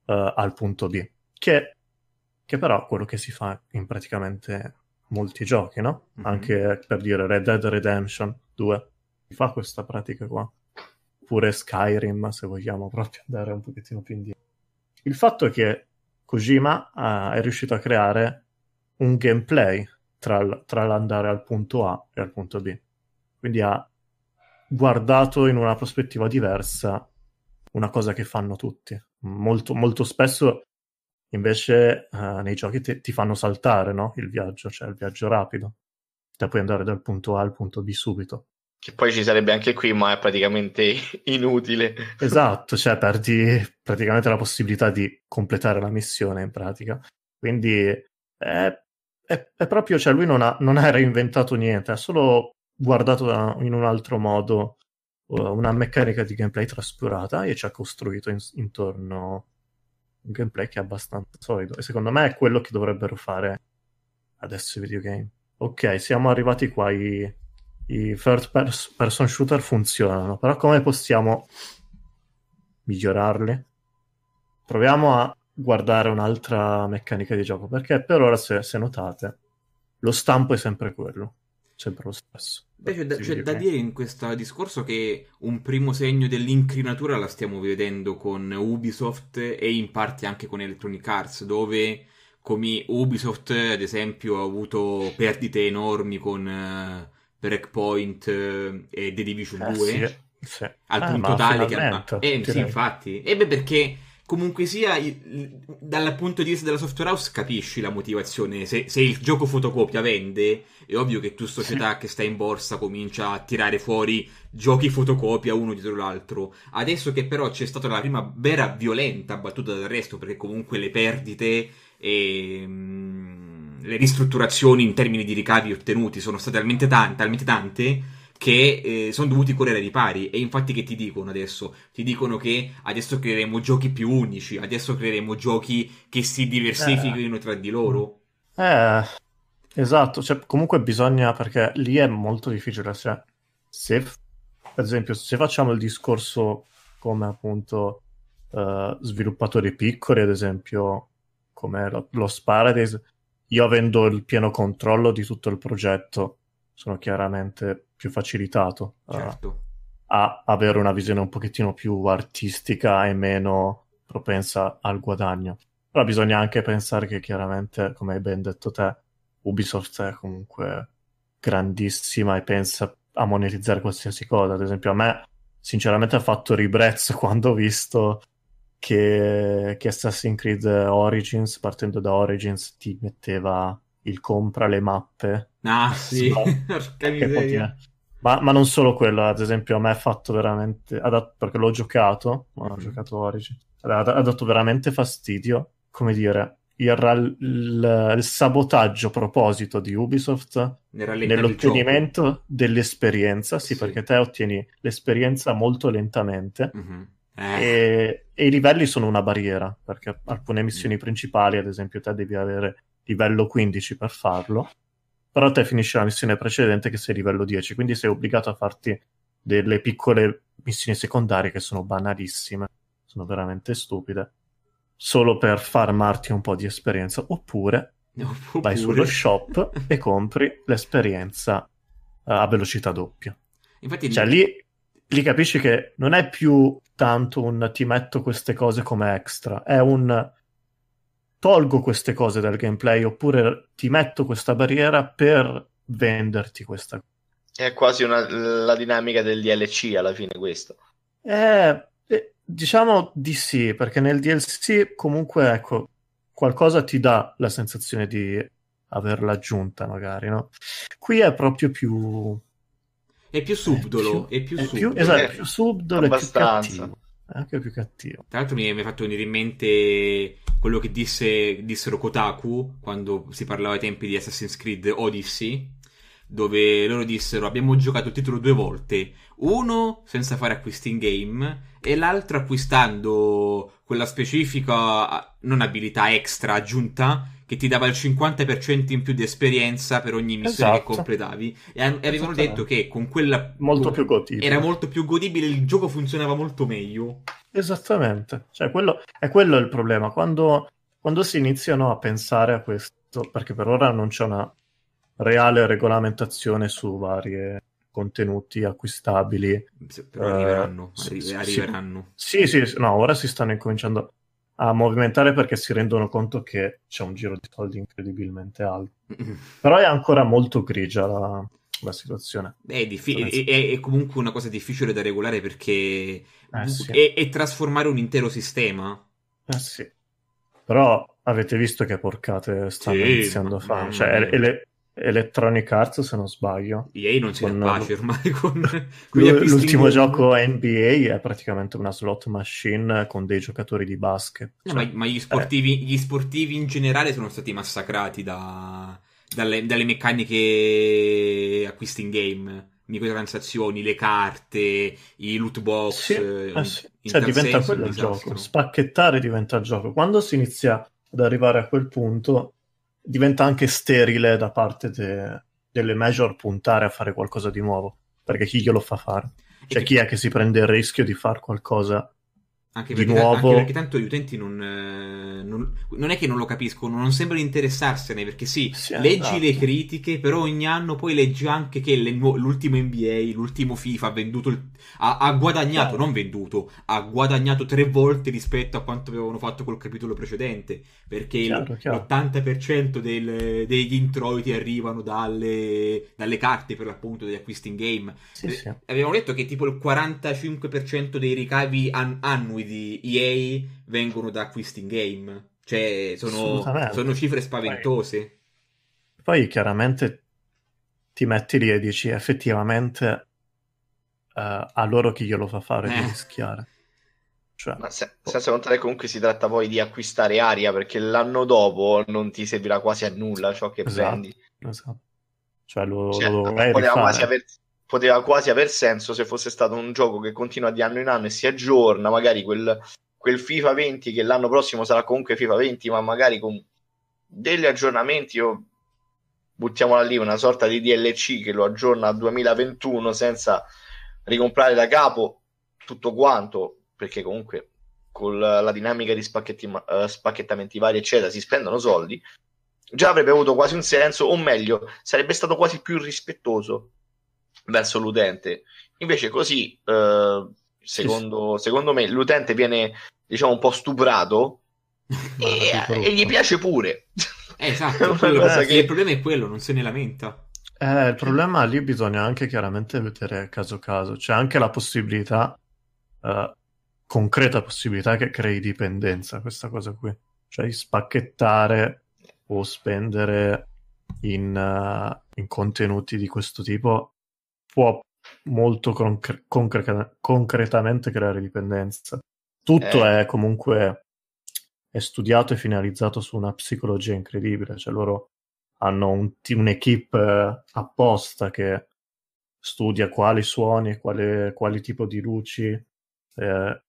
uh, al punto B, che, che però è quello che si fa in praticamente molti giochi, no? Mm-hmm. Anche per dire Red Dead Redemption due si fa questa pratica qua, pure Skyrim, se vogliamo proprio andare un pochettino più indietro. Il fatto è che Kojima uh, è riuscito a creare un gameplay tra, l- tra l'andare al punto A e al punto B, quindi ha guardato in una prospettiva diversa una cosa che fanno tutti. Molto, molto spesso invece uh, nei giochi ti, ti fanno saltare, no? Il viaggio, cioè il viaggio rapido, te puoi andare dal punto A al punto B subito, che poi ci sarebbe anche qui, ma è praticamente inutile. Esatto, cioè perdi praticamente la possibilità di completare la missione in pratica, quindi è, è, è proprio, cioè lui non ha, non ha reinventato niente, ha solo guardato da, in un altro modo uh, una meccanica di gameplay trascurata e ci ha costruito in, intorno un gameplay che è abbastanza solido, e secondo me è quello che dovrebbero fare adesso i videogame. Ok, siamo arrivati qua, i, i third pers- person shooter funzionano, però come possiamo migliorarli? Proviamo a guardare un'altra meccanica di gioco, perché per ora, se, se notate, lo stampo è sempre quello, sempre lo stesso. Beh, c'è, da, c'è da dire in questo discorso che un primo segno dell'incrinatura la stiamo vedendo con Ubisoft e in parte anche con Electronic Arts, dove come Ubisoft ad esempio ha avuto perdite enormi con uh, Breakpoint uh, e The Division eh, due, sì, sì. al eh, punto tale che eh, sì, infatti e beh, perché comunque sia, dal punto di vista della software house capisci la motivazione. Se, se il gioco fotocopia vende, è ovvio che tu, società che sta in borsa, comincia a tirare fuori giochi fotocopia uno dietro l'altro. Adesso che però c'è stata la prima vera violenta battuta d'arresto, perché comunque le perdite e mh, le ristrutturazioni in termini di ricavi ottenuti sono state talmente tante, talmente tante che eh, sono dovuti correre ai ripari. E infatti che ti dicono adesso? Ti dicono che adesso creeremo giochi più unici, adesso creeremo giochi che si diversifichino eh. tra di loro. Eh, esatto, cioè, comunque bisogna, perché lì è molto difficile, cioè, se, per esempio, se facciamo il discorso come appunto uh, sviluppatori piccoli, ad esempio, come lo, lo Paradise, io avendo il pieno controllo di tutto il progetto, sono chiaramente più facilitato certo. uh, a avere una visione un pochettino più artistica e meno propensa al guadagno. Però bisogna anche pensare che chiaramente, come hai ben detto te, Ubisoft è comunque grandissima e pensa a monetizzare qualsiasi cosa. Ad esempio a me sinceramente ha fatto ribrezzo quando ho visto che, che Assassin's Creed Origins, partendo da Origins, ti metteva il compra le mappe. Ah sì, porca miseria. Ma, ma non solo quello, ad esempio a me ha fatto veramente, ha dato, perché l'ho giocato, mm-hmm. ho giocato Origin, ha, ha dato veramente fastidio, come dire, il, il, il, il sabotaggio a proposito di Ubisoft nell'ottenimento dell'esperienza, sì, sì, perché te ottieni l'esperienza molto lentamente. Mm-hmm. Eh. E, e i livelli sono una barriera, perché alcune missioni mm. principali, ad esempio te devi avere livello quindici per farlo, però te finisci la missione precedente che sei livello dieci, quindi sei obbligato a farti delle piccole missioni secondarie che sono banalissime, sono veramente stupide, solo per farmarti un po' di esperienza, oppure no, vai sullo shop e compri l'esperienza a velocità doppia. Infatti cioè lì, lì capisci che non è più tanto un ti metto queste cose come extra, è un tolgo queste cose dal gameplay, oppure ti metto questa barriera per venderti questa cosa. È quasi una, la dinamica del D L C alla fine questo. Eh, eh, diciamo di sì, perché nel D L C comunque ecco, qualcosa ti dà la sensazione di averla aggiunta magari, no? Qui è proprio più... È più subdolo, è più, è più subdolo. Più, esatto, è più subdolo, abbastanza. È più cattivo. È anche più cattivo. Tra l'altro mi è fatto venire in mente quello che disse, dissero Kotaku quando si parlava ai tempi di Assassin's Creed Odyssey, dove loro dissero abbiamo giocato il titolo due volte, uno senza fare acquisti in game e l'altro acquistando quella specifica non abilità extra aggiunta che ti dava il cinquanta per cento in più di esperienza per ogni missione Esatto. che completavi, e, e avevano detto che con quella molto più godibile. era molto più godibile, il gioco funzionava molto meglio. Esattamente, cioè quello è quello il problema, quando, quando si iniziano a pensare a questo, perché per ora non c'è una reale regolamentazione su vari contenuti acquistabili. Però eh, arriveranno, sì, arri- sì, arriveranno. Sì, sì, sì, no, ora si stanno incominciando a movimentare perché si rendono conto che c'è un giro di soldi incredibilmente alto. Però è ancora molto grigia la, la situazione. È, diffi- è, è- è comunque una cosa difficile da regolare perché Eh, sì. è, è trasformare un intero sistema. Eh sì. Però avete visto che porcate stanno Sì, iniziando a fare. mamma Cioè, mia. ele- Electronic Arts, se non sbaglio. E A non si con dà pace ormai con, con l- gli acquisti l'ultimo in game. gioco N B A è praticamente una slot machine con dei giocatori di basket. No, Cioè, ma, ma gli sportivi, gli sportivi in generale sono stati massacrati da, dalle, dalle meccaniche acquisti in game, microtransazioni, le carte, i loot box. sì, eh, eh sì. in Cioè tal diventa senso, quello un il disastro. gioco. Spacchettare diventa il gioco. Quando si inizia ad arrivare a quel punto, diventa anche sterile da parte de- delle major puntare a fare qualcosa di nuovo. Perché chi glielo fa fare? E Cioè, che- chi è che si prende il rischio di fare qualcosa Anche di perché, ta- nuovo? anche perché tanto gli utenti non, eh, non, non è che non lo capiscono, non sembrano interessarsene, perché sì, Sì, leggi esatto. le critiche, però ogni anno poi leggi anche che le nuo- l'ultimo N B A, l'ultimo FIFA ha venduto, il- ha, ha guadagnato, Chiaro. non venduto, ha guadagnato tre volte rispetto a quanto avevano fatto col capitolo precedente, perché il- Chiaro, chiaro. l'ottanta per cento del- degli introiti arrivano dalle, dalle carte, per l'appunto, degli acquisti in game. Sì, Eh, sì. Avevamo detto che tipo il quarantacinque per cento dei ricavi an- annui di E A vengono da acquisti in game. Cioè, sono, Assolutamente. sono cifre spaventose. Poi chiaramente ti metti lì e dici effettivamente eh, a loro chi glielo fa fare di Eh. rischiare. Cioè, Ma se- senza contare che comunque si tratta poi di acquistare aria, perché l'anno dopo non ti servirà quasi a nulla ciò che esatto, prendi. esatto. Cioè lo, Cioè, lo dovrai poteva, quasi rifare. aver, poteva quasi aver senso se fosse stato un gioco che continua di anno in anno e si aggiorna, magari quel, quel FIFA venti che l'anno prossimo sarà comunque FIFA venti, ma magari con degli aggiornamenti, o buttiamola lì, una sorta di D L C che lo aggiorna a duemilaventuno senza ricomprare da capo tutto quanto, perché comunque con la, la dinamica di spacchetti, uh, spacchettamenti vari eccetera si spendono soldi. Già avrebbe avuto quasi un senso, o meglio, sarebbe stato quasi più rispettoso verso l'utente. Invece così, eh, secondo, secondo me, l'utente viene, diciamo, un po' stuprato e, e gli piace pure. Eh, esatto. Una quello- cosa eh, che- Il problema è quello, non se ne lamenta. Eh, il problema lì bisogna anche chiaramente vedere caso caso. C'è anche la possibilità, eh, concreta possibilità che crei dipendenza, questa cosa qui. Cioè di spacchettare o spendere in, uh, in contenuti di questo tipo può molto concre- concre- concretamente creare dipendenza. Tutto Eh. è comunque è studiato e finalizzato su una psicologia incredibile, cioè loro hanno un t- un'equipe eh, apposta che studia quali suoni e quale, quali tipo di luci eh,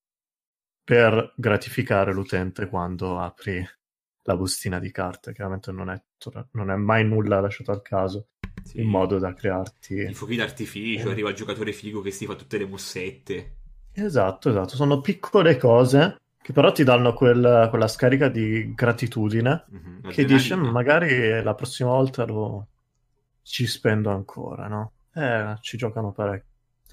per gratificare l'utente quando apri la bustina di carte. Chiaramente non è, non è mai nulla lasciato al caso, Sì. in modo da crearti I fuochi d'artificio, Eh. arriva il giocatore figo che si fa tutte le mossette. esatto, esatto, sono piccole cose che però ti danno quel- quella scarica di gratitudine Mhm, che dici adrenalina. magari la prossima volta lo ci spendo ancora, no? Eh, ci giocano parecchio.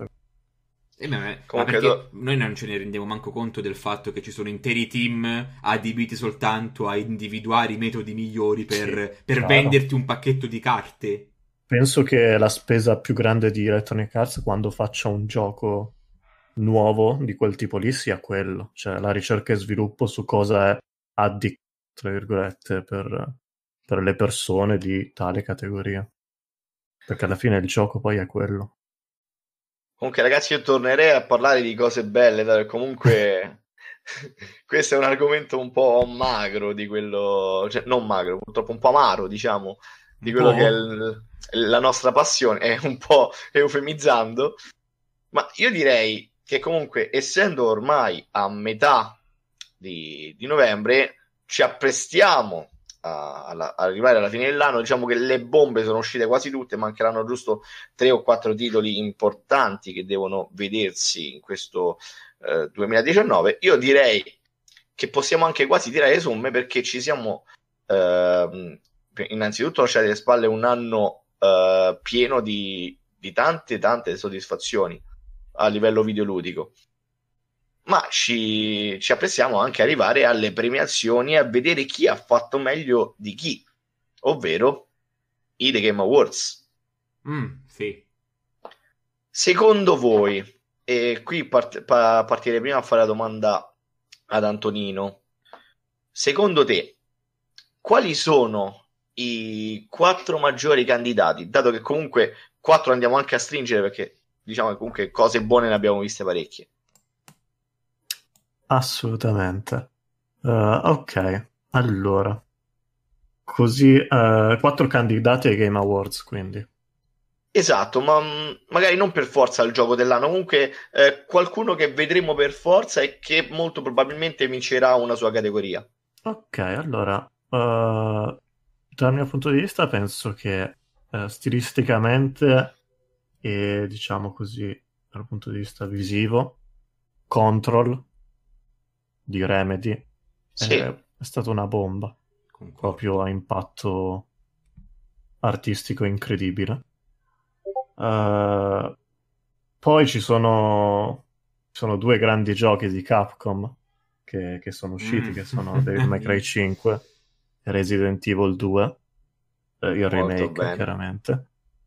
Eh, beh, ma Comunque perché do- noi non ce ne rendiamo manco conto del fatto che ci sono interi team adibiti soltanto a individuare i metodi migliori per, Sì, per chiaro. venderti un pacchetto di carte. Penso che la spesa più grande di Electronic Arts quando faccia un gioco nuovo di quel tipo lì sia quello, cioè la ricerca e sviluppo su cosa è addict, tra virgolette, per, per le persone di tale categoria. Perché alla fine il gioco poi è quello. Comunque, ragazzi, io tornerei a parlare di cose belle, dai, comunque questo è un argomento un po' magro di quello, cioè non magro, purtroppo un po' amaro, diciamo, di Un quello po'? che è il- la nostra passione, è un po' eufemizzando, ma io direi che comunque, essendo ormai a metà di, di novembre, ci apprestiamo a, alla, a arrivare alla fine dell'anno. Diciamo che le bombe sono uscite quasi tutte, mancheranno giusto tre o quattro titoli importanti che devono vedersi in questo eh, duemiladiciannove. Io direi che possiamo anche quasi tirare le somme, perché ci siamo eh, innanzitutto lasciati alle spalle un anno eh, pieno di, di tante tante soddisfazioni a livello videoludico, ma ci, ci apprestiamo anche ad arrivare alle premiazioni e a vedere chi ha fatto meglio di chi, ovvero i The Game Awards. Mm, sì. Secondo voi, e qui part- pa- partirei prima a fare la domanda ad Antonino, secondo te quali sono i quattro maggiori candidati, dato che comunque quattro andiamo anche a stringere, perché diciamo che comunque cose buone ne abbiamo viste parecchie. Assolutamente. Uh, ok, allora. Così, uh, quattro candidati ai Game Awards, quindi. Esatto, ma mh, magari non per forza il gioco dell'anno, comunque eh, qualcuno che vedremo per forza e che molto probabilmente vincerà una sua categoria. Ok, allora, uh, dal mio punto di vista penso che uh, stilisticamente e diciamo così dal punto di vista visivo, Control di Remedy Sì. è, è stata una bomba, Concordo. proprio a impatto artistico incredibile. Uh, poi ci sono, sono due grandi giochi di Capcom che, che sono usciti, Mm. che sono Devil May Cry cinque e Resident Evil due, eh, il Molto remake bene. chiaramente,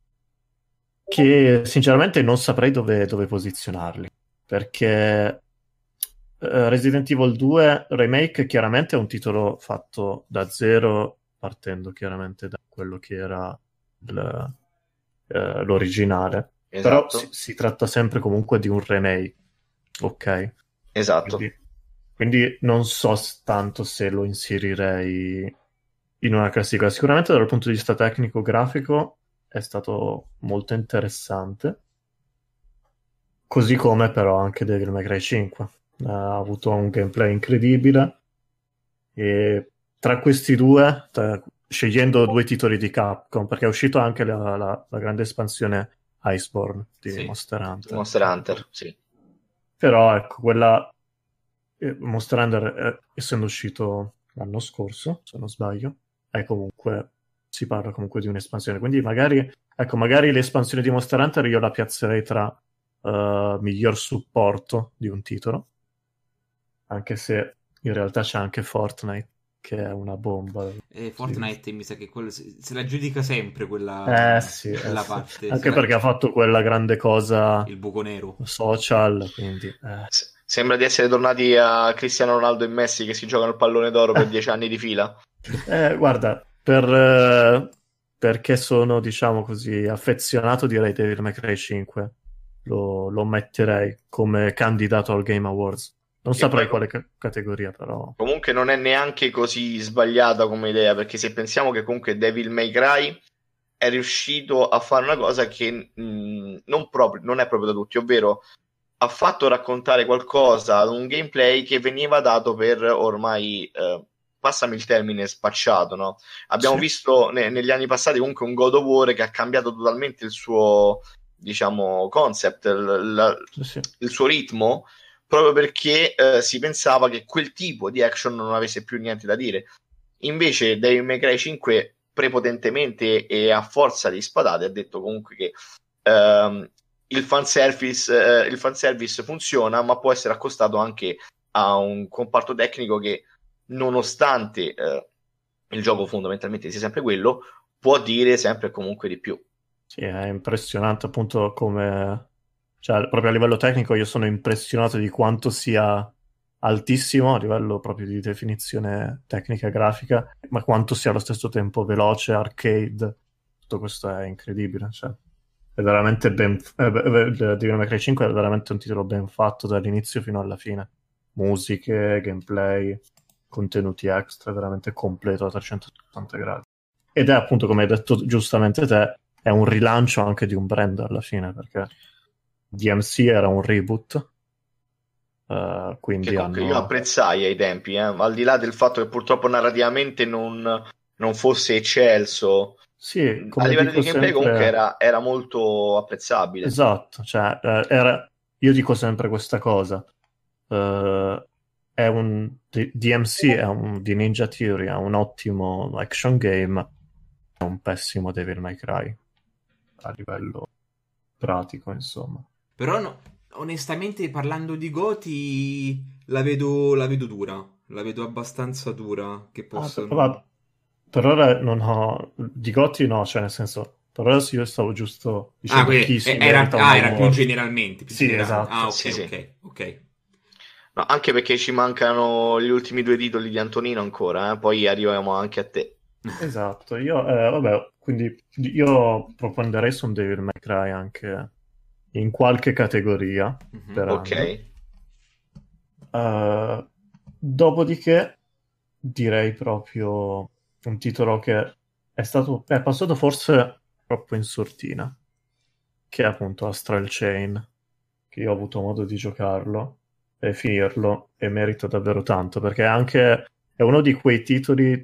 che sinceramente non saprei dove, dove posizionarli, perché eh, Resident Evil due Remake chiaramente è un titolo fatto da zero, partendo chiaramente da quello che era il, eh, l'originale. Però Esatto. si, si tratta sempre comunque di un remake, ok? Esatto. Quindi, quindi non so s- tanto se lo inserirei in una classifica. Sicuramente dal punto di vista tecnico-grafico è stato molto interessante, così come però anche Devil May Cry cinque. Ha avuto un gameplay incredibile e tra questi due, tra- scegliendo due titoli di Capcom, perché è uscito anche la, la- la grande espansione Iceborne di Sì, Monster Hunter. Monster Hunter, sì. Però ecco, quella eh, Monster Hunter, eh, essendo uscito l'anno scorso, se non sbaglio, è comunque, si parla comunque di un'espansione. Quindi magari, ecco, magari l'espansione di Monster Hunter io la piazzerei tra eh, miglior supporto di un titolo, anche se in realtà c'è anche Fortnite, che è una bomba. E Fortnite mi sa che quello, se, se la giudica sempre quella, Eh sì, eh quella sì. parte. se Anche la- perché ha fatto quella grande cosa il buco nero. social, quindi... eh. S- Sembra di essere tornati a Cristiano Ronaldo e Messi che si giocano il pallone d'oro per dieci anni di fila. Eh, guarda, per, eh, perché sono, diciamo così, affezionato, direi Devil May Cry cinque. Lo, lo metterei come candidato al Game Awards. Non Che saprei poi- quale ca- categoria, però. Comunque non è neanche così sbagliata come idea, perché se pensiamo che comunque Devil May Cry è riuscito a fare una cosa che mh, non, proprio, non è proprio da tutti, ovvero ha fatto raccontare qualcosa ad un gameplay che veniva dato per ormai, eh, passami il termine, spacciato, no? Abbiamo Sì. visto ne- negli anni passati comunque un God of War che ha cambiato totalmente il suo, diciamo, concept, il, la- Sì, sì. il suo ritmo, proprio perché eh, si pensava che quel tipo di action non avesse più niente da dire. Invece Devil May Cry cinque prepotentemente e a forza di spadate ha detto comunque che ehm, il fanservice, eh, il fanservice funziona, ma può essere accostato anche a un comparto tecnico che, nonostante eh, il gioco fondamentalmente sia sempre quello, può dire sempre e comunque di più. Sì, è impressionante appunto come... Cioè, proprio a livello tecnico io sono impressionato di quanto sia altissimo a livello proprio di definizione tecnica e grafica, ma quanto sia allo stesso tempo veloce, arcade. Tutto questo è incredibile, cioè. È veramente ben... eh, beh, eh, Devil May Cry cinque è veramente un titolo ben fatto dall'inizio fino alla fine. Musiche, gameplay, contenuti extra, è veramente completo a trecentosettanta gradi. Ed è appunto, come hai detto giustamente te, è un rilancio anche di un brand alla fine, perché D M C era un reboot, eh, quindi Che comunque hanno... io apprezzai ai tempi, eh, al di là del fatto che purtroppo narrativamente non, non fosse eccelso, Sì, a livello di gameplay sempre... comunque era, era molto apprezzabile. Esatto, cioè, era... io dico sempre questa cosa. Uh, è un... D M C è un... di Ninja Theory è un ottimo action game, è un pessimo Devil May Cry a livello pratico, insomma. Però no, onestamente parlando di Goti la vedo, la vedo dura, la vedo abbastanza dura che possa... Ah, per, per ora non ho... di Goti no, cioè nel senso... Per ora sì, io stavo giusto dicendo ah, quindi, chi si era, merita ah, un era più generalmente. Più sì, generale. esatto. Ah, ok, sì, sì. ok, ok. No, anche perché ci mancano gli ultimi due titoli di Antonino ancora, eh? Poi arriviamo anche a te. Esatto, io, eh, vabbè, quindi io proponderei su un Devil May Cry anche in qualche categoria Mhm. per Ok. anno. Uh, dopodiché direi proprio un titolo che è stato è passato forse troppo in sordina, che è appunto Astral Chain, che io ho avuto modo di giocarlo e finirlo e merita davvero tanto, perché anche è uno di quei titoli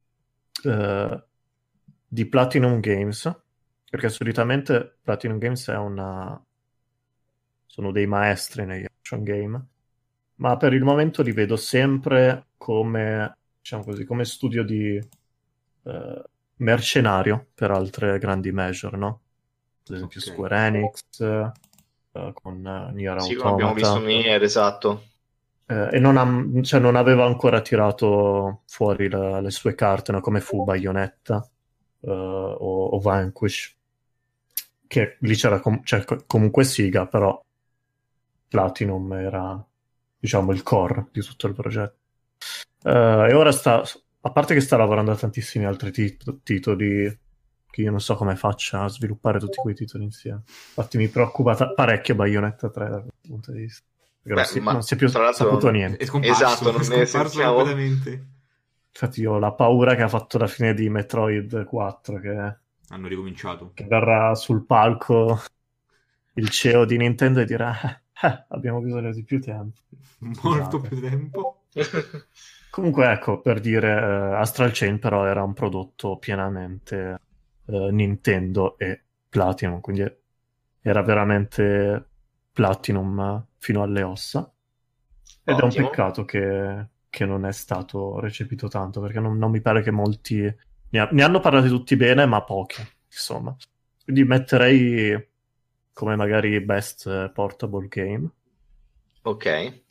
Uh, di Platinum Games, perché solitamente Platinum Games è una sono dei maestri negli action game, ma per il momento li vedo sempre come, diciamo così, come studio di uh, mercenario per altre grandi major, no? Ad esempio Ok. Square Enix uh, con uh, Nier Sì, come abbiamo visto Automata. Nier, esatto. Eh, e non, ha, cioè non aveva ancora tirato fuori la- le sue carte, no? Come fu Bayonetta eh, o, o Vanquish, che lì c'era com- cioè, co- comunque Siga, però Platinum era, diciamo, il core di tutto il progetto. Eh, e ora sta, a parte che sta lavorando a tantissimi altri tit- titoli, che io non so come faccia a sviluppare tutti quei titoli insieme. Infatti mi preoccupa ta- parecchio Bayonetta tre da questo punto di vista. Perché non, Beh, si, ma non si è più tra l'altro saputo È niente. scomparso, Esatto, è non ne scomparso sentiamo. completamente. Infatti io ho la paura che ha fatto la fine di Metroid quattro, che, Hanno ricominciato. che verrà sul palco il C E O di Nintendo e dirà eh, eh, abbiamo bisogno di più tempo. Molto Scusate. più tempo. Comunque ecco, per dire, eh, Astral Chain però era un prodotto pienamente eh, Nintendo e Platinum, quindi era veramente Platinum fino alle ossa. Ed è un Ottimo. peccato che, che non è stato recepito tanto, perché non, non mi pare che molti... Ne, ha- ne hanno parlato tutti bene, ma pochi, insomma. Quindi metterei come magari Best eh, Portable Game. Ok.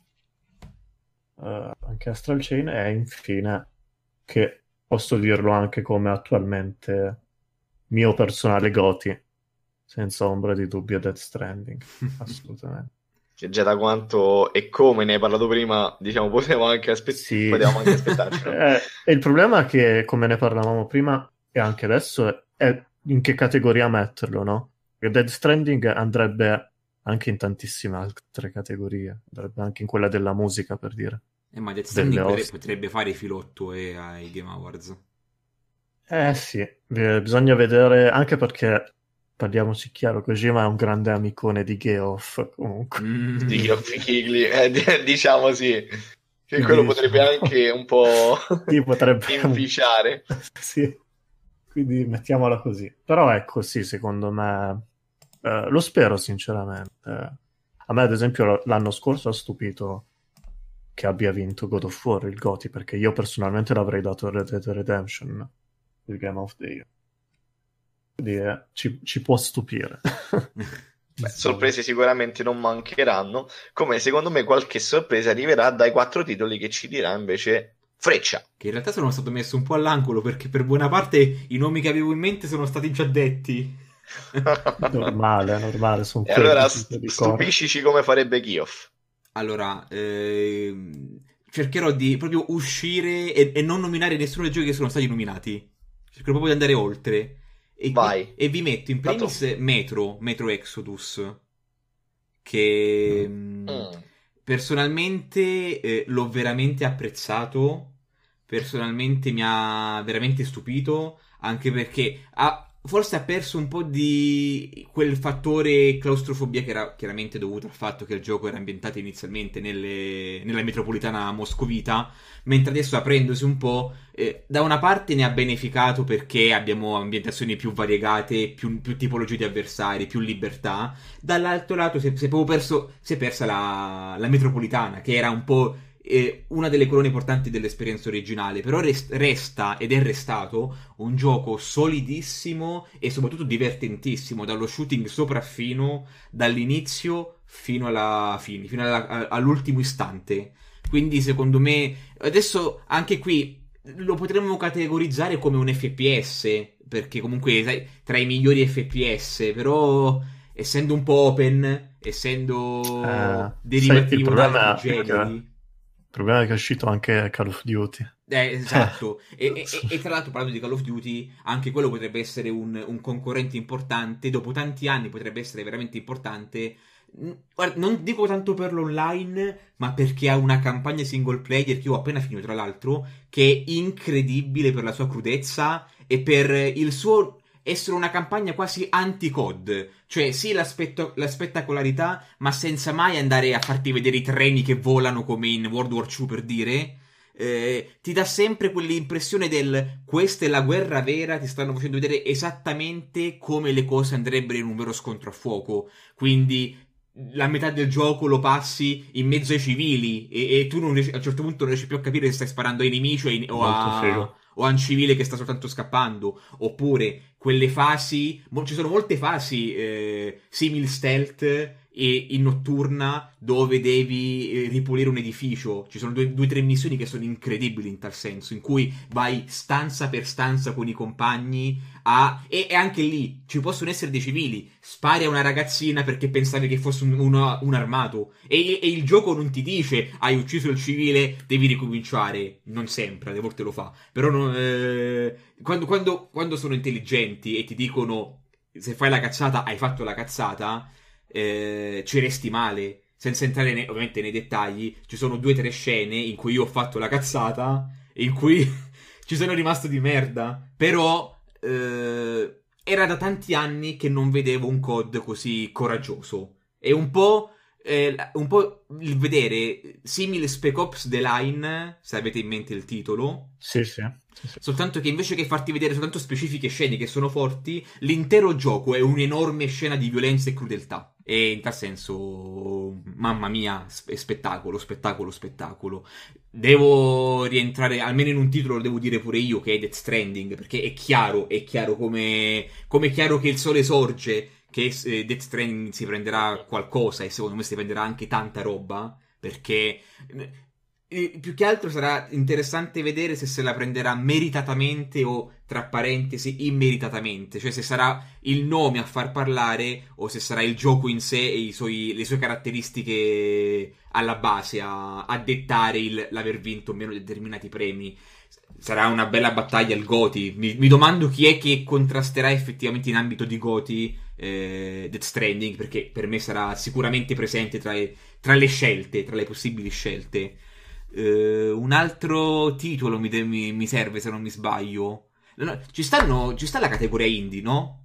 Uh, anche Astral Chain e infine, che posso dirlo anche come attualmente mio personale Goti, senza ombra di dubbio, Death Stranding, assolutamente. Che già da quanto e come ne hai parlato prima, diciamo, potevamo anche, aspe- Sì. potevamo anche aspettarci. No? Eh, e il problema è che, come ne parlavamo prima e anche adesso, è, è in che categoria metterlo, no? Perché Death Stranding andrebbe anche in tantissime altre categorie, andrebbe anche in quella della musica, per dire. Eh, ma Death Stranding Delle potrebbe, host. potrebbe fare filotto eh, ai Game Awards. Eh sì, eh, bisogna vedere, anche perché, parliamoci chiaro, Kojima è un grande amicone di Geoff, comunque. Mm. Di Geoff Keighley, eh, d- diciamo sì. Che Quindi, quello potrebbe diciamo, anche un po' sì, potrebbe inficiare. sì, quindi mettiamola così. Però ecco, sì, secondo me eh, lo spero sinceramente. A me ad esempio l'anno scorso ha stupito che abbia vinto God of War il GOTY, perché io personalmente l'avrei dato a Red Dead Redemption il Game of the Year. Quindi eh, ci, ci può stupire. Beh, sorprese sicuramente non mancheranno, come secondo me qualche sorpresa arriverà dai quattro titoli che ci dirà invece Freccia. Che in realtà sono stato messo un po' all'angolo, perché per buona parte i nomi che avevo in mente sono stati già detti. Normale, normale, sono E allora quelli st- di core. stupiscici come farebbe Geoff. Allora, ehm, cercherò di proprio uscire e, e non nominare nessuno dei giochi che sono stati nominati. Cercherò proprio di andare oltre. E, Vai. qui- e vi metto in Tanto- primis Metro, Metro Exodus, che Mm. mh, Mm. personalmente eh, l'ho veramente apprezzato. Personalmente mi ha veramente stupito, anche perché ha, forse ha perso un po' di quel fattore claustrofobia che era chiaramente dovuto al fatto che il gioco era ambientato inizialmente nelle, nella metropolitana moscovita, mentre adesso aprendosi un po', eh, da una parte ne ha beneficato perché abbiamo ambientazioni più variegate, più, più tipologie di avversari, più libertà, dall'altro lato si è, si è proprio perso, si è persa la, la metropolitana, che era un po' eh, una delle colonne portanti dell'esperienza originale, però rest- resta ed è restato un gioco solidissimo e soprattutto divertentissimo, dallo shooting sopraffino, dall'inizio fino alla fine, fino alla, a- all'ultimo istante. Quindi secondo me adesso anche qui lo potremmo categorizzare come un F P S, perché comunque sai, tra i migliori F P S, però essendo un po' open, essendo Eh, derivativo sai, da il altri problema è che- generi. Il problema è che è uscito anche Call of Duty. Eh, esatto, e, e- e tra l'altro parlando di Call of Duty, anche quello potrebbe essere un, un concorrente importante, dopo tanti anni potrebbe essere veramente importante. Mm, guarda, non dico tanto per l'online, ma perché ha una campagna single player che io ho appena finito, tra l'altro, che è incredibile per la sua crudezza e per il suo essere una campagna quasi anti-C O D. Cioè, sì, l'aspetto- la spettacolarità, ma senza mai andare a farti vedere i treni che volano come in World War due, per dire. Eh, ti dà sempre quell'impressione del questa è la guerra vera, ti stanno facendo vedere esattamente come le cose andrebbero in un vero scontro a fuoco. Quindi la metà del gioco lo passi in mezzo ai civili e, e tu non riesci- a un certo punto non riesci più a capire se stai sparando ai nemici o, ai- o Molto a, figo. o a un civile che sta soltanto scappando. Oppure quelle fasi, mo- ci sono molte fasi eh, simil stealth e in notturna dove devi eh, ripulire un edificio. Ci sono due o tre missioni che sono incredibili in tal senso, in cui vai stanza per stanza con i compagni a... e, e anche lì ci possono essere dei civili. Spari a una ragazzina perché pensavi che fosse un, una- un armato e, e il gioco non ti dice hai ucciso il civile, devi ricominciare. Non sempre, alle volte lo fa. Però non, eh, quando, quando, quando sono intelligenti e ti dicono se fai la cazzata hai fatto la cazzata, eh, ci resti male. Senza entrare ne- ovviamente nei dettagli, ci sono due o tre scene in cui io ho fatto la cazzata e in cui ci sono rimasto di merda. Però eh, era da tanti anni che non vedevo un C O D così coraggioso. E un po', eh, un po' il vedere simile Spec Ops The Line, se avete in mente il titolo. Sì, sì. sì, sì. Soltanto che invece che farti vedere soltanto specifiche scene che sono forti, l'intero gioco è un'enorme scena di violenza e crudeltà. E in tal senso, mamma mia, sp- spettacolo, spettacolo, spettacolo. Devo rientrare, almeno in un titolo lo devo dire pure io, che è Death Stranding, perché è chiaro, è chiaro come, come è chiaro che il sole sorge, che eh, Death Stranding si prenderà qualcosa e secondo me si prenderà anche tanta roba, perché... Eh, più che altro sarà interessante vedere se se la prenderà meritatamente o, tra parentesi, immeritatamente. Cioè se sarà il nome a far parlare o se sarà il gioco in sé e i suoi- le sue caratteristiche alla base a, a dettare il, l'aver vinto o meno determinati premi. Sarà una bella battaglia al Goti. Mi, mi domando chi è che contrasterà effettivamente in ambito di Goti eh, Death Stranding, perché per me sarà sicuramente presente tra, le- tra le scelte, tra le possibili scelte. Eh, un altro titolo mi, de- mi- mi serve se non mi sbaglio. No, no, ci stanno, ci sta la categoria indie, no?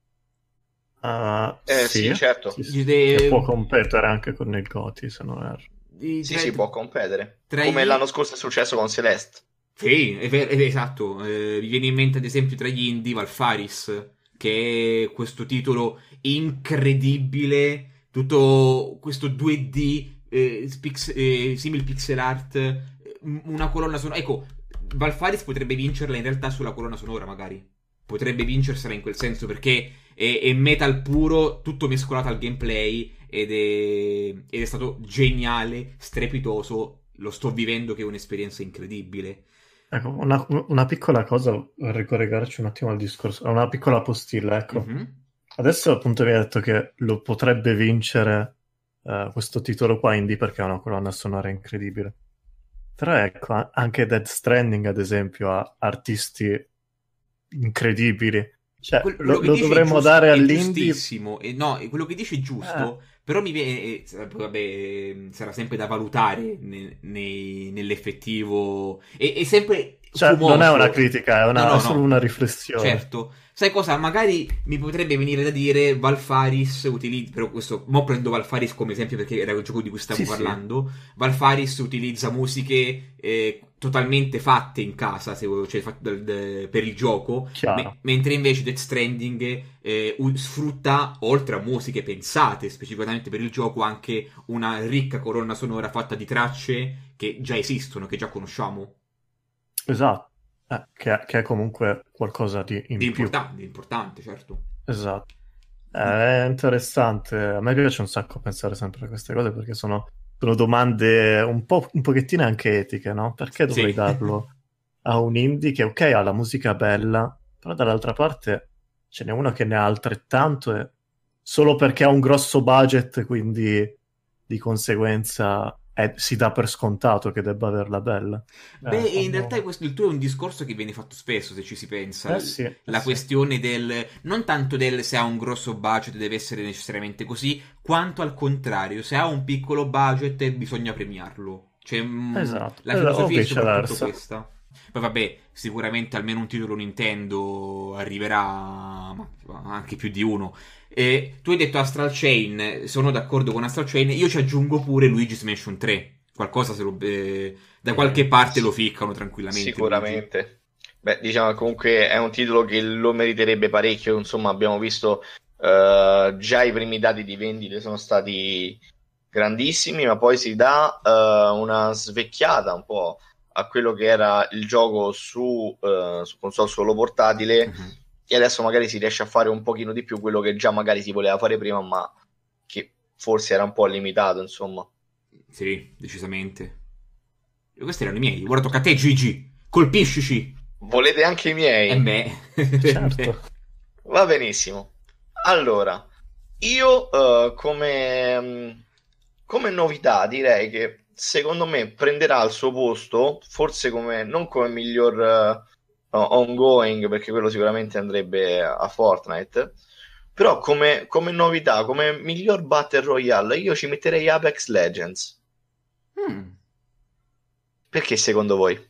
Ah, Eh, sì, sì, certo. sì, sì. Gli de- Che può competere anche con il Goti, se non erro. Di- Sì, tra- si può competere. tra Come gli- l'anno scorso è successo con Celeste. Sì, è ver- è esatto. Eh, mi viene in mente ad esempio tra gli indie Valfaris, che è questo titolo incredibile, tutto questo due D, eh, pix- eh, simil pixel art, eh, una colonna sonora. Ecco, Valfaris potrebbe vincerla in realtà sulla colonna sonora, magari. Potrebbe vincersela in quel senso perché è, è metal puro, tutto mescolato al gameplay ed è, ed è stato geniale, strepitoso. Lo sto vivendo che è un'esperienza incredibile. Ecco, una, una piccola cosa, per ricollegarci un attimo al discorso, una piccola postilla, ecco. Mhm. Adesso appunto vi ha detto che lo potrebbe vincere eh, questo titolo qua indie perché ha una colonna sonora incredibile. Però ecco, a- anche Death Stranding ad esempio ha artisti incredibili. Cioè, Quel- lo, che lo dici è dovremmo giusto- dare è all'indie. giustissimo. E no, e quello che dici è giusto, però mi viene, eh, vabbè, sarà sempre da valutare ne- nei- nell'effettivo. E, e sempre cioè, fumoso. non è una critica, è, una, No, no, è solo no. una riflessione. Certo. Sai cosa? Magari mi potrebbe venire da dire Valfaris utilizza, però questo, mo prendo Valfaris come esempio perché era il gioco di cui stavo Sì, parlando. Valfaris utilizza musiche eh, totalmente fatte in casa, se vuoi, cioè, fatte del- per il gioco, Chiaro. me- mentre invece Death Stranding eh, u- sfrutta, oltre a musiche pensate specificatamente per il gioco, anche una ricca colonna sonora fatta di tracce che già esistono, che già conosciamo. Esatto. Eh, che, che è comunque qualcosa di in Di più. importante, di importante, certo. Esatto. Eh, è interessante. A me piace un sacco pensare sempre a queste cose perché sono, sono domande un po' un pochettino anche etiche, no? Perché dovrei Sì. darlo a un indie che, ok, ha la musica bella, però dall'altra parte ce n'è uno che ne ha altrettanto e solo perché ha un grosso budget, quindi di conseguenza è- si dà per scontato che debba averla bella. Beh, Eh, in realtà fanno- questo, il tuo è un discorso che viene fatto spesso, se ci si pensa. Eh L- sì, eh la sì. questione del... non tanto del se ha un grosso budget deve essere necessariamente così, quanto al contrario, se ha un piccolo budget bisogna premiarlo. Cioè, mm, Esatto. la Eh, filosofia o è soprattutto viceversa. questa. Poi vabbè, sicuramente almeno un titolo Nintendo arriverà, ma anche più di uno. E tu hai detto Astral Chain, sono d'accordo con Astral Chain, io ci aggiungo pure Luigi's Mansion tre. Qualcosa se lo... eh, da qualche parte lo ficcano tranquillamente. Luigi. Sicuramente. Beh, diciamo che comunque è un titolo che lo meriterebbe parecchio. Insomma, abbiamo visto eh, già i primi dati di vendite sono stati grandissimi, ma poi si dà eh, una svecchiata un po' a quello che era il gioco su, eh, su console solo portatile. Mhm. E adesso magari si riesce a fare un pochino di più quello che già magari si voleva fare prima, ma che forse era un po' limitato, insomma. Sì, decisamente. E questi erano i miei. Ora tocca a te, Gigi. Colpiscici. Volete anche i miei? E me. Certo. Va benissimo. Allora, io eh, come, mh, come novità direi che secondo me prenderà il suo posto, forse come, non come miglior eh, ongoing, perché quello sicuramente andrebbe a Fortnite, però come, come novità, come miglior Battle Royale, io ci metterei Apex Legends. Mm. Perché secondo voi?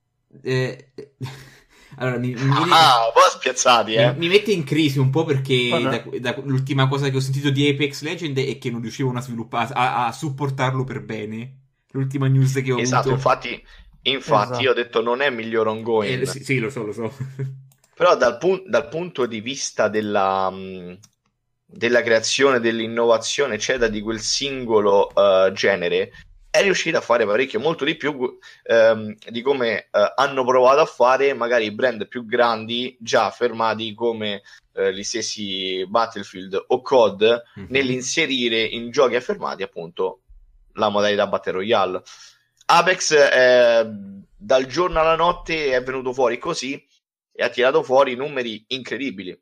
Eh, allora, mi, mi viene- Ah, un po' spiazzati, eh? mi- mi mette in crisi un po' perché Guarda. da- da- l'ultima cosa che ho sentito di Apex Legend è che non riuscivano a sviluppare, a, a supportarlo per bene. L'ultima news che ho Esatto, avuto. infatti, infatti Esatto. io ho detto non è miglior ongoing. Eh, sì, sì, lo so, lo so. Però dal, pun- dal punto di vista della, mh, della creazione, dell'innovazione, eccetera, di quel singolo eh, genere, è riuscita a fare parecchio, molto di più ehm, di come eh, hanno provato a fare magari i brand più grandi già affermati come eh, gli stessi Battlefield o C O D, Mhm. nell'inserire in giochi affermati appunto la modalità Battle Royale. Apex eh, dal giorno alla notte è venuto fuori così e ha tirato fuori numeri incredibili.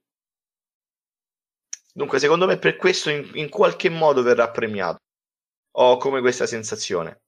Dunque, secondo me per questo in, in qualche modo verrà premiato. Ho come questa sensazione.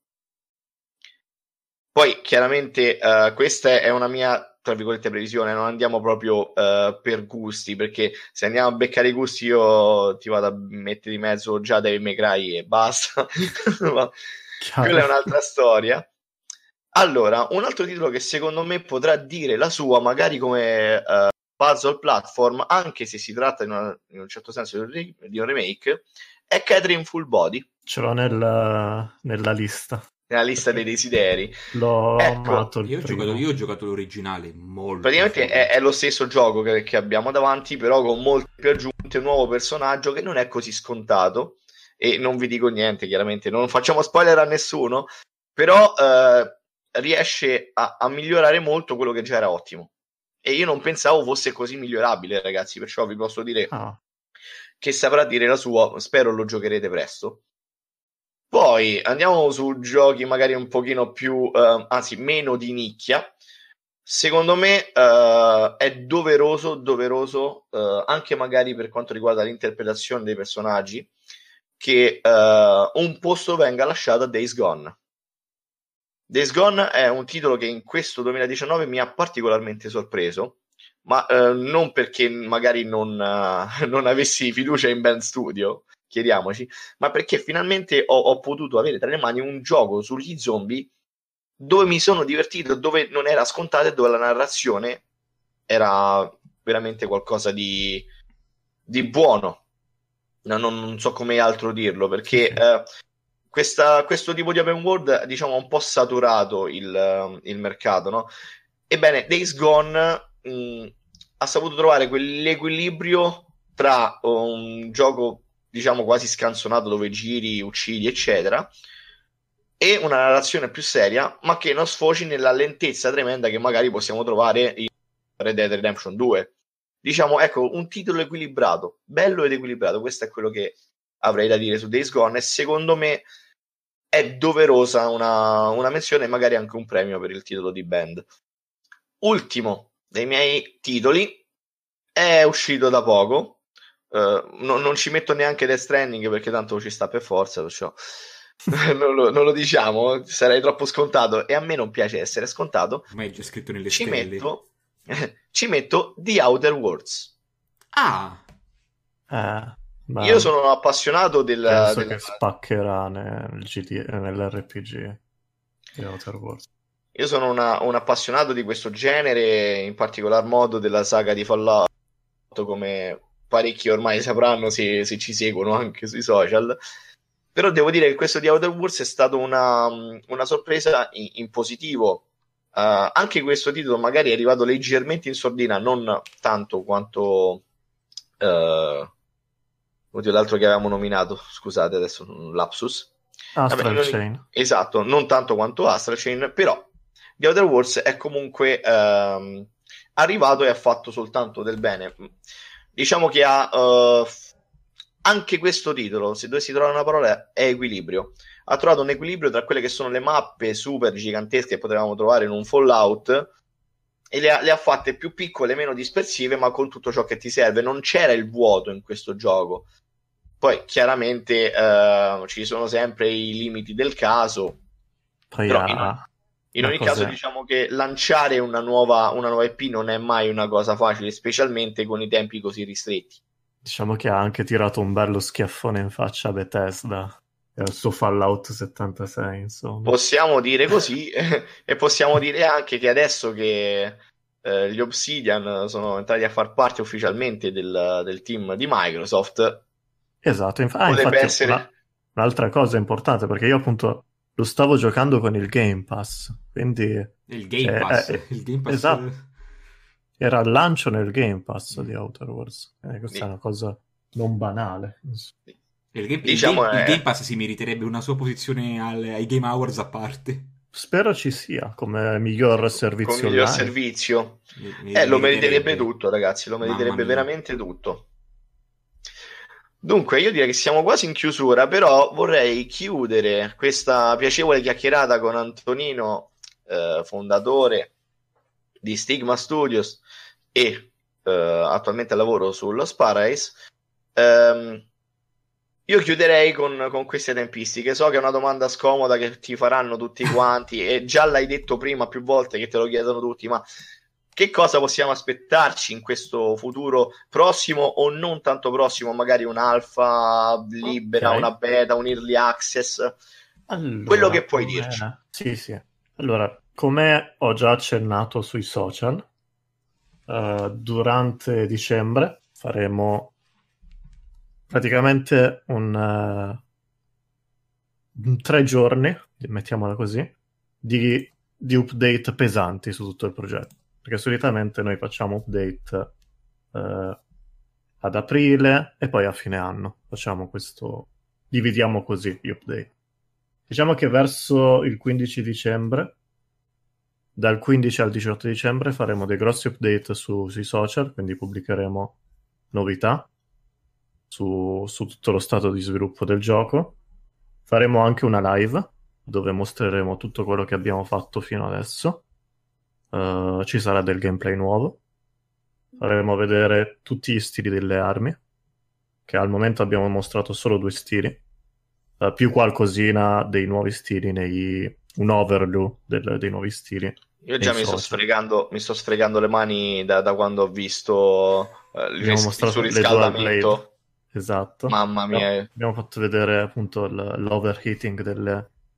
Poi, chiaramente, eh, questa è una mia, tra virgolette, previsione. Non andiamo proprio eh, per gusti, perché se andiamo a beccare i gusti io ti vado a mettere di mezzo già Devil May Cry e basta. Ma Chiaro. quella è un'altra storia. Allora, un altro titolo che secondo me potrà dire la sua, magari come eh, puzzle platform, anche se si tratta in, una- in un certo senso di un, re- di un remake, è Catherine Full Body, Ce l'ho nel- nella lista. nella lista dei desideri. L'ho Ecco, amato il Io ho, primo. giocato, io ho giocato l'originale, molto. Praticamente figo. è, è lo stesso gioco che, che abbiamo davanti, però con molte più aggiunte, un nuovo personaggio che non è così scontato. E non vi dico niente, chiaramente, non facciamo spoiler a nessuno, però eh, riesce a, a migliorare molto quello che già era ottimo. E io non pensavo fosse così migliorabile, ragazzi, perciò vi posso dire Ah, che saprà dire la sua, spero lo giocherete presto. Poi andiamo su giochi magari un pochino più, eh, anzi meno di nicchia. Secondo me eh, è doveroso, doveroso eh, anche magari per quanto riguarda l'interpretazione dei personaggi, che eh, un posto venga lasciato a Days Gone. Days Gone è un titolo che in questo duemiladiciannove mi ha particolarmente sorpreso, ma eh, non perché magari non, eh, non avessi fiducia in Band Studio, chiediamoci, ma perché finalmente ho, ho potuto avere tra le mani un gioco sugli zombie dove mi sono divertito, dove non era scontato e dove la narrazione era veramente qualcosa di, di buono. No, non, non so come altro dirlo, perché eh, questa, questo tipo di open world, diciamo, ha un po' saturato il, il mercato, no? Ebbene, Days Gone mh, ha saputo trovare quell'equilibrio tra un gioco, diciamo, quasi scanzonato dove giri, uccidi, eccetera, e una narrazione più seria, ma che non sfoci nella lentezza tremenda che magari possiamo trovare in Red Dead Redemption due. Diciamo, ecco, un titolo equilibrato, bello ed equilibrato, questo è quello che avrei da dire su Days Gone, e secondo me è doverosa una, una menzione e magari anche un premio per il titolo di Band. Ultimo dei miei titoli, è uscito da poco, uh, no, non ci metto neanche Death Stranding perché tanto ci sta per forza, perciò non, lo, non lo diciamo, sarei troppo scontato e a me non piace essere scontato. Ma è già scritto nelle ci stelle. Metto, ci metto The Outer Worlds. Ah! Eh, Io sono un appassionato del... penso del... che spaccherà nel G T, nell'R P G The Outer Worlds. Io sono una, un appassionato di questo genere, in particolar modo della saga di Fallout, come parecchi ormai sapranno se, se ci seguono anche sui social. Però devo dire che questo di Outer Worlds è stato una, una sorpresa in, in positivo. Uh, anche questo titolo magari è arrivato leggermente in sordina, non tanto quanto uh, oddio, l'altro che avevamo nominato, scusate adesso un lapsus. Astral Vabbè, Chain. non, esatto, non tanto quanto Astral Chain, però The Outer Worlds è comunque uh, arrivato e ha fatto soltanto del bene. Diciamo che ha uh, anche questo titolo, se dovessi trovare una parola, è equilibrio. Ha trovato un equilibrio tra quelle che sono le mappe super gigantesche che potevamo trovare in un Fallout e le ha, le ha fatte più piccole, meno dispersive, ma con tutto ciò che ti serve. Non c'era il vuoto in questo gioco. Poi chiaramente uh, ci sono sempre i limiti del caso. Poi però ha... in, in ogni cos'è? caso diciamo che lanciare una nuova, una nuova I P non è mai una cosa facile, specialmente con i tempi così ristretti. Diciamo che ha anche tirato un bello schiaffone in faccia a Bethesda e al suo Fallout settantasei, insomma. Possiamo dire così e possiamo dire anche che adesso che eh, gli Obsidian sono entrati a far parte ufficialmente del, del team di Microsoft, esatto, inf- ah, potrebbe infatti essere... una, un'altra cosa importante, perché io appunto lo stavo giocando con il Game Pass, quindi... Il Game cioè, Pass, eh, il Game Pass... esatto. Era al lancio nel Game Pass di Outer Worlds. Eh, questa sì. È una cosa non banale. Il Game, diciamo il game, è... il Game Pass si meriterebbe una sua posizione al, ai Game Awards a parte. Spero ci sia come miglior servizio. Come miglior servizio. Mi, mi eh, lo meriterebbe tutto, ragazzi. Lo meriterebbe veramente tutto. Dunque, io direi che siamo quasi in chiusura, però vorrei chiudere questa piacevole chiacchierata con Antonino, eh, fondatore di Stigma Studios e uh, attualmente lavoro sullo Paradise. Um, io chiuderei con, con queste tempistiche. So che è una domanda scomoda che ti faranno tutti quanti e già l'hai detto prima più volte che te lo chiedono tutti, ma che cosa possiamo aspettarci in questo futuro prossimo o non tanto prossimo, magari un'alfa libera, okay. Una beta, un early access, allora, quello che puoi dirci. Sì, sì. Allora, come ho già accennato sui social, uh, durante dicembre faremo praticamente un, uh, tre giorni, mettiamola così, di, di update pesanti su tutto il progetto. Perché solitamente noi facciamo update uh, ad aprile e poi a fine anno. Facciamo questo, dividiamo così gli update. Diciamo che verso il quindici dicembre, dal quindici al diciotto dicembre, faremo dei grossi update su, sui social, quindi pubblicheremo novità su, su tutto lo stato di sviluppo del gioco. Faremo anche una live dove mostreremo tutto quello che abbiamo fatto fino adesso. Uh, ci sarà del gameplay nuovo. Faremo vedere tutti gli stili delle armi, che al momento abbiamo mostrato solo due stili. Uh, più qualcosina dei nuovi stili, nei, un overview del, dei nuovi stili. Io già mi sto, sfregando, mi sto sfregando le mani da, da quando ho visto uh, il, ris- il suo riscaldamento. Esatto. Mamma mia. Abbiamo, abbiamo fatto vedere appunto l- l'overheating delle,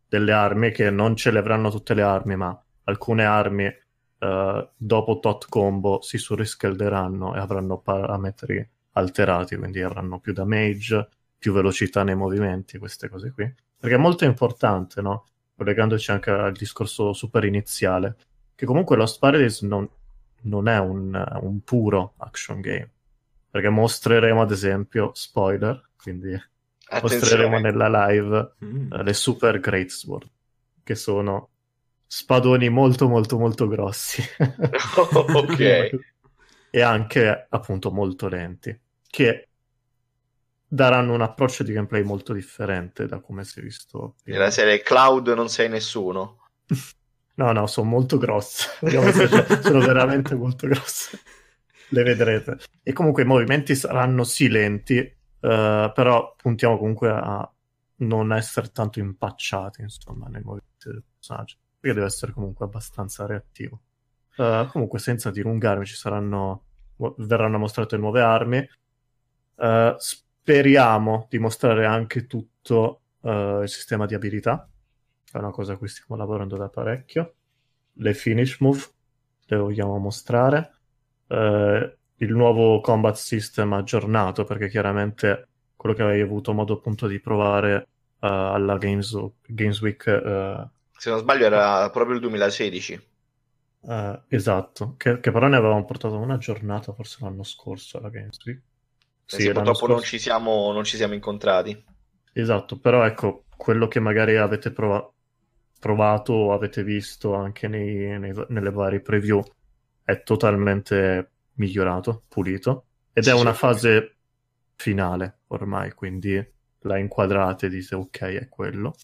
delle armi che non ce le avranno tutte le armi, ma alcune armi uh, dopo tot combo si surriscalderanno e avranno parametri alterati, quindi avranno più damage, più velocità nei movimenti, queste cose qui. Perché è molto importante, no? Collegandoci anche al discorso super iniziale, che comunque Lost Paradise non, non è un, un puro action game, perché mostreremo ad esempio, spoiler, quindi Attenzione. mostreremo nella live Mm. uh, le Super Great Sword, che sono spadoni molto molto molto grossi. Ok. E anche appunto molto lenti, che daranno un approccio di gameplay molto differente da come si è visto prima. Nella serie Cloud non sei nessuno. No, no, sono molto grosse. Sono veramente molto grosse. Le vedrete. E comunque i movimenti saranno sì lenti, uh, però puntiamo comunque a non essere tanto impacciati, insomma, nei movimenti del personaggio, perché deve essere comunque abbastanza reattivo. Uh, comunque, senza dilungarmi, ci saranno verranno mostrate nuove armi. Uh, speriamo di mostrare anche tutto uh, il sistema di abilità. È una cosa a cui stiamo lavorando da parecchio. Le finish move le vogliamo mostrare. Uh, il nuovo combat system aggiornato, perché chiaramente quello che avevi avuto modo appunto di provare uh, alla Games, Games Week, uh, se non sbaglio era proprio il duemilasedici. Uh, esatto, che, che però ne avevamo portato una giornata forse l'anno scorso alla Games Week. Sì, sì, purtroppo scorso... non, ci siamo, non ci siamo incontrati. Esatto, però ecco, quello che magari avete prova- provato o avete visto anche nei, nei, nelle varie preview è totalmente migliorato, pulito, ed sì, è una sì, fase finale ormai, quindi la inquadrate e dite ok, è quello.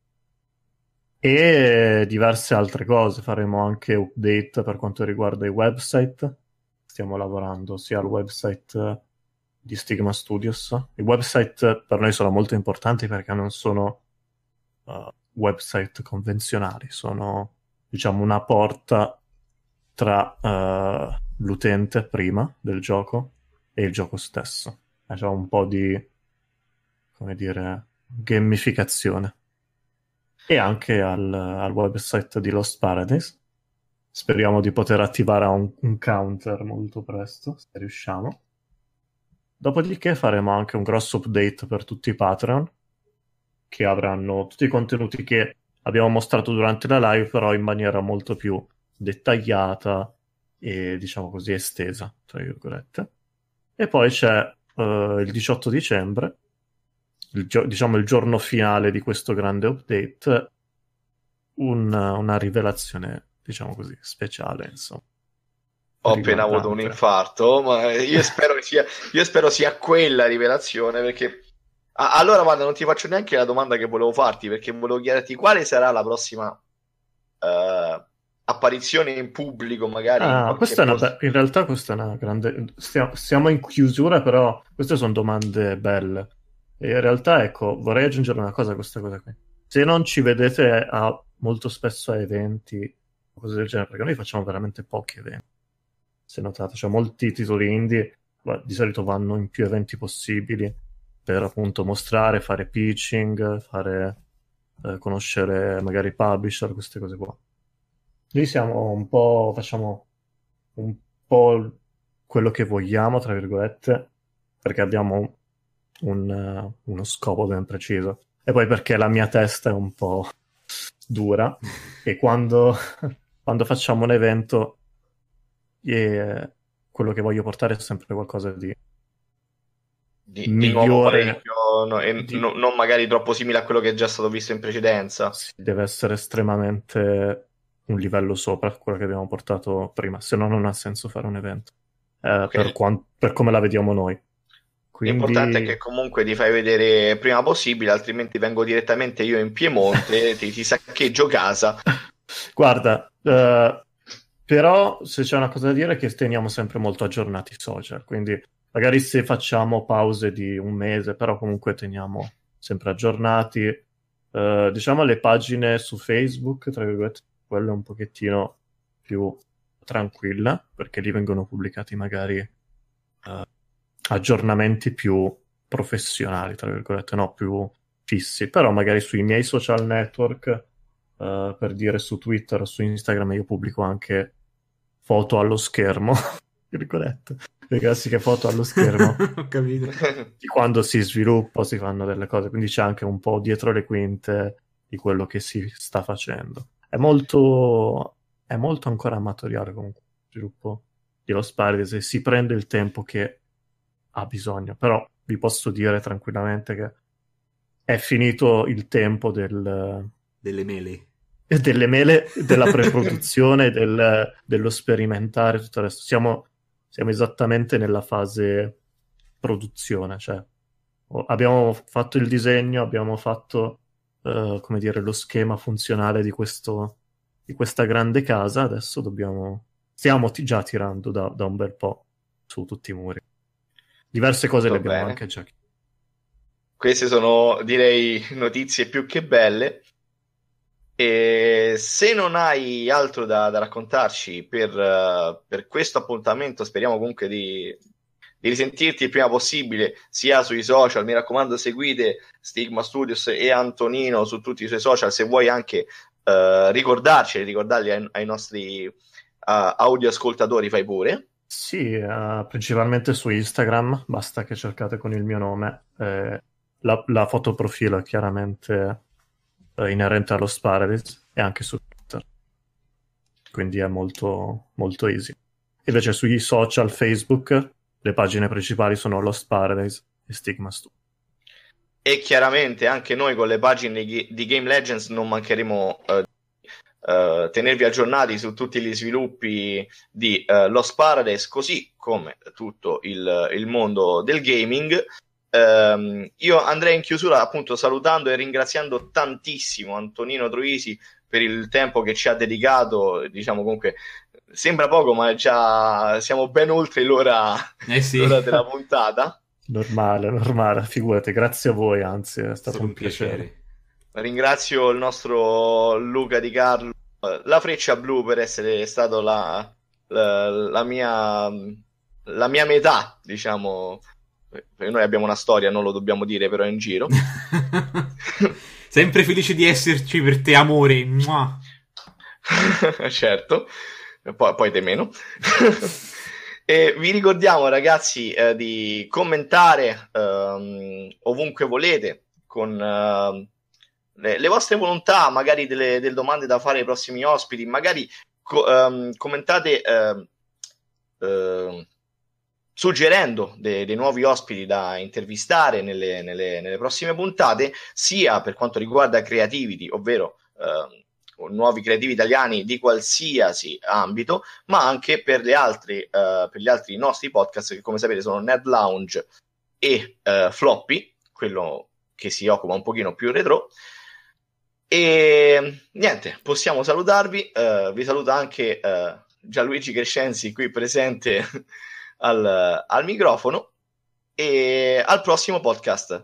E diverse altre cose, faremo anche update per quanto riguarda i website. Stiamo lavorando sia al website di Stigma Studios. I website per noi sono molto importanti perché non sono uh, website convenzionali, sono diciamo una porta tra uh, l'utente prima del gioco e il gioco stesso. C'è cioè un po' di, come dire, gamificazione. E anche al, al website di Lost Paradise. Speriamo di poter attivare un, un counter molto presto, se riusciamo. Dopodiché faremo anche un grosso update per tutti i Patreon, che avranno tutti i contenuti che abbiamo mostrato durante la live, però in maniera molto più dettagliata e, diciamo così, estesa, tra virgolette. E poi c'è uh, il diciotto dicembre, il gio- diciamo il giorno finale di questo grande update, un, una rivelazione, diciamo così, speciale, insomma. Ho appena avuto un infarto, ma io spero che sia, io spero sia quella rivelazione, perché ah, allora guarda, non ti faccio neanche la domanda che volevo farti, perché volevo chiederti quale sarà la prossima uh, apparizione in pubblico, magari. Ah, in, questa è una post... be- in realtà questa è una grande... Stiamo, siamo in chiusura, però queste sono domande belle. E in realtà, ecco, vorrei aggiungere una cosa a questa cosa qui. Se non ci vedete a, molto spesso a eventi, cose del genere, perché noi facciamo veramente pochi eventi. Se notate, cioè molti titoli indie di solito vanno in più eventi possibili per appunto mostrare, fare pitching, fare eh, conoscere magari publisher, queste cose qua. Noi siamo un po', facciamo un po' quello che vogliamo, tra virgolette, perché abbiamo un, uh, uno scopo ben preciso. E poi perché la mia testa è un po' dura e quando, quando facciamo un evento e quello che voglio portare è sempre qualcosa di di, migliore, di nuovo parecchio, no, e di... no, non magari troppo simile a quello che è già stato visto in precedenza. Sì, deve essere estremamente un livello sopra quello che abbiamo portato prima, se no non ha senso fare un evento eh, okay. per, quant- per come la vediamo noi. Quindi... L'importante è che comunque ti fai vedere prima possibile, altrimenti vengo direttamente io in Piemonte, ti, ti saccheggio casa. Guarda, uh, però se c'è una cosa da dire è che teniamo sempre molto aggiornati i social, quindi magari se facciamo pause di un mese, però comunque teniamo sempre aggiornati. Uh, diciamo le pagine su Facebook, tra virgolette, quella un pochettino più tranquilla, perché lì vengono pubblicati magari uh, aggiornamenti più professionali, tra virgolette, no, più fissi, però magari sui miei social network, uh, per dire su Twitter o su Instagram, io pubblico anche foto allo schermo, virgolette, le classiche foto allo schermo. Ho capito. Di quando si sviluppa, si fanno delle cose, quindi c'è anche un po' dietro le quinte di quello che si sta facendo. È molto, è molto ancora amatoriale comunque il sviluppo di Lost Paradise e si prende il tempo che ha bisogno, però vi posso dire tranquillamente che è finito il tempo del, delle mele delle mele, della pre-produzione, del, dello sperimentare, tutto il resto. Siamo, siamo esattamente nella fase produzione, cioè abbiamo fatto il disegno, abbiamo fatto uh, come dire, lo schema funzionale di questo, di questa grande casa, adesso dobbiamo stiamo t- già tirando da, da un bel po' su tutti i muri. Diverse cose le abbiamo bene. anche già. Queste sono, direi, notizie più che belle. E se non hai altro da, da raccontarci per, uh, per questo appuntamento, speriamo comunque di, di risentirti il prima possibile, sia sui social. Mi raccomando, seguite Stigma Studios e Antonino su tutti i suoi social. Se vuoi anche uh, ricordarci, ricordarli ai, ai nostri uh, audio ascoltatori, fai pure. Sì, uh, principalmente su Instagram, basta che cercate con il mio nome. Eh, la, la foto profilo è chiaramente uh, inerente allo Lost Paradise e anche su Twitter, quindi è molto, molto easy. Invece sui social, Facebook, le pagine principali sono Lost Paradise e Stigma Studios. E chiaramente anche noi con le pagine di, di Game Legends non mancheremo uh, Uh, tenervi aggiornati su tutti gli sviluppi di uh, Lost Paradise, così come tutto il, il mondo del gaming. Um, io andrei in chiusura appunto salutando e ringraziando tantissimo Antonino Troisi per il tempo che ci ha dedicato. Diciamo, comunque sembra poco, ma già siamo ben oltre l'ora, eh sì. l'ora della puntata. Normale, normale, figurati, grazie a voi, anzi è stato, è stato un un piacere. piacere. Ringrazio il nostro Luca Di Carlo, la Freccia Blu, per essere stato la, la, la mia la mia metà, diciamo. Noi abbiamo una storia, non lo dobbiamo dire, però in giro. Sempre felice di esserci per te, amore. Mua. Certo, poi, poi te meno. E vi ricordiamo, ragazzi, eh, di commentare ehm, ovunque volete con eh, le, le vostre volontà, magari delle, delle domande da fare ai prossimi ospiti, magari co- ehm, commentate eh, eh, suggerendo dei, dei nuovi ospiti da intervistare nelle, nelle, nelle prossime puntate, sia per quanto riguarda Creativity, ovvero eh, nuovi creativi italiani di qualsiasi ambito, ma anche per, le altre, uh, per gli altri nostri podcast che, come sapete, sono Nerd Lounge e uh, Floppy, quello che si occupa un pochino più retro. E niente, possiamo salutarvi. Uh, vi saluta anche uh, Gianluigi Crescenzi qui presente al, al microfono, e al prossimo podcast.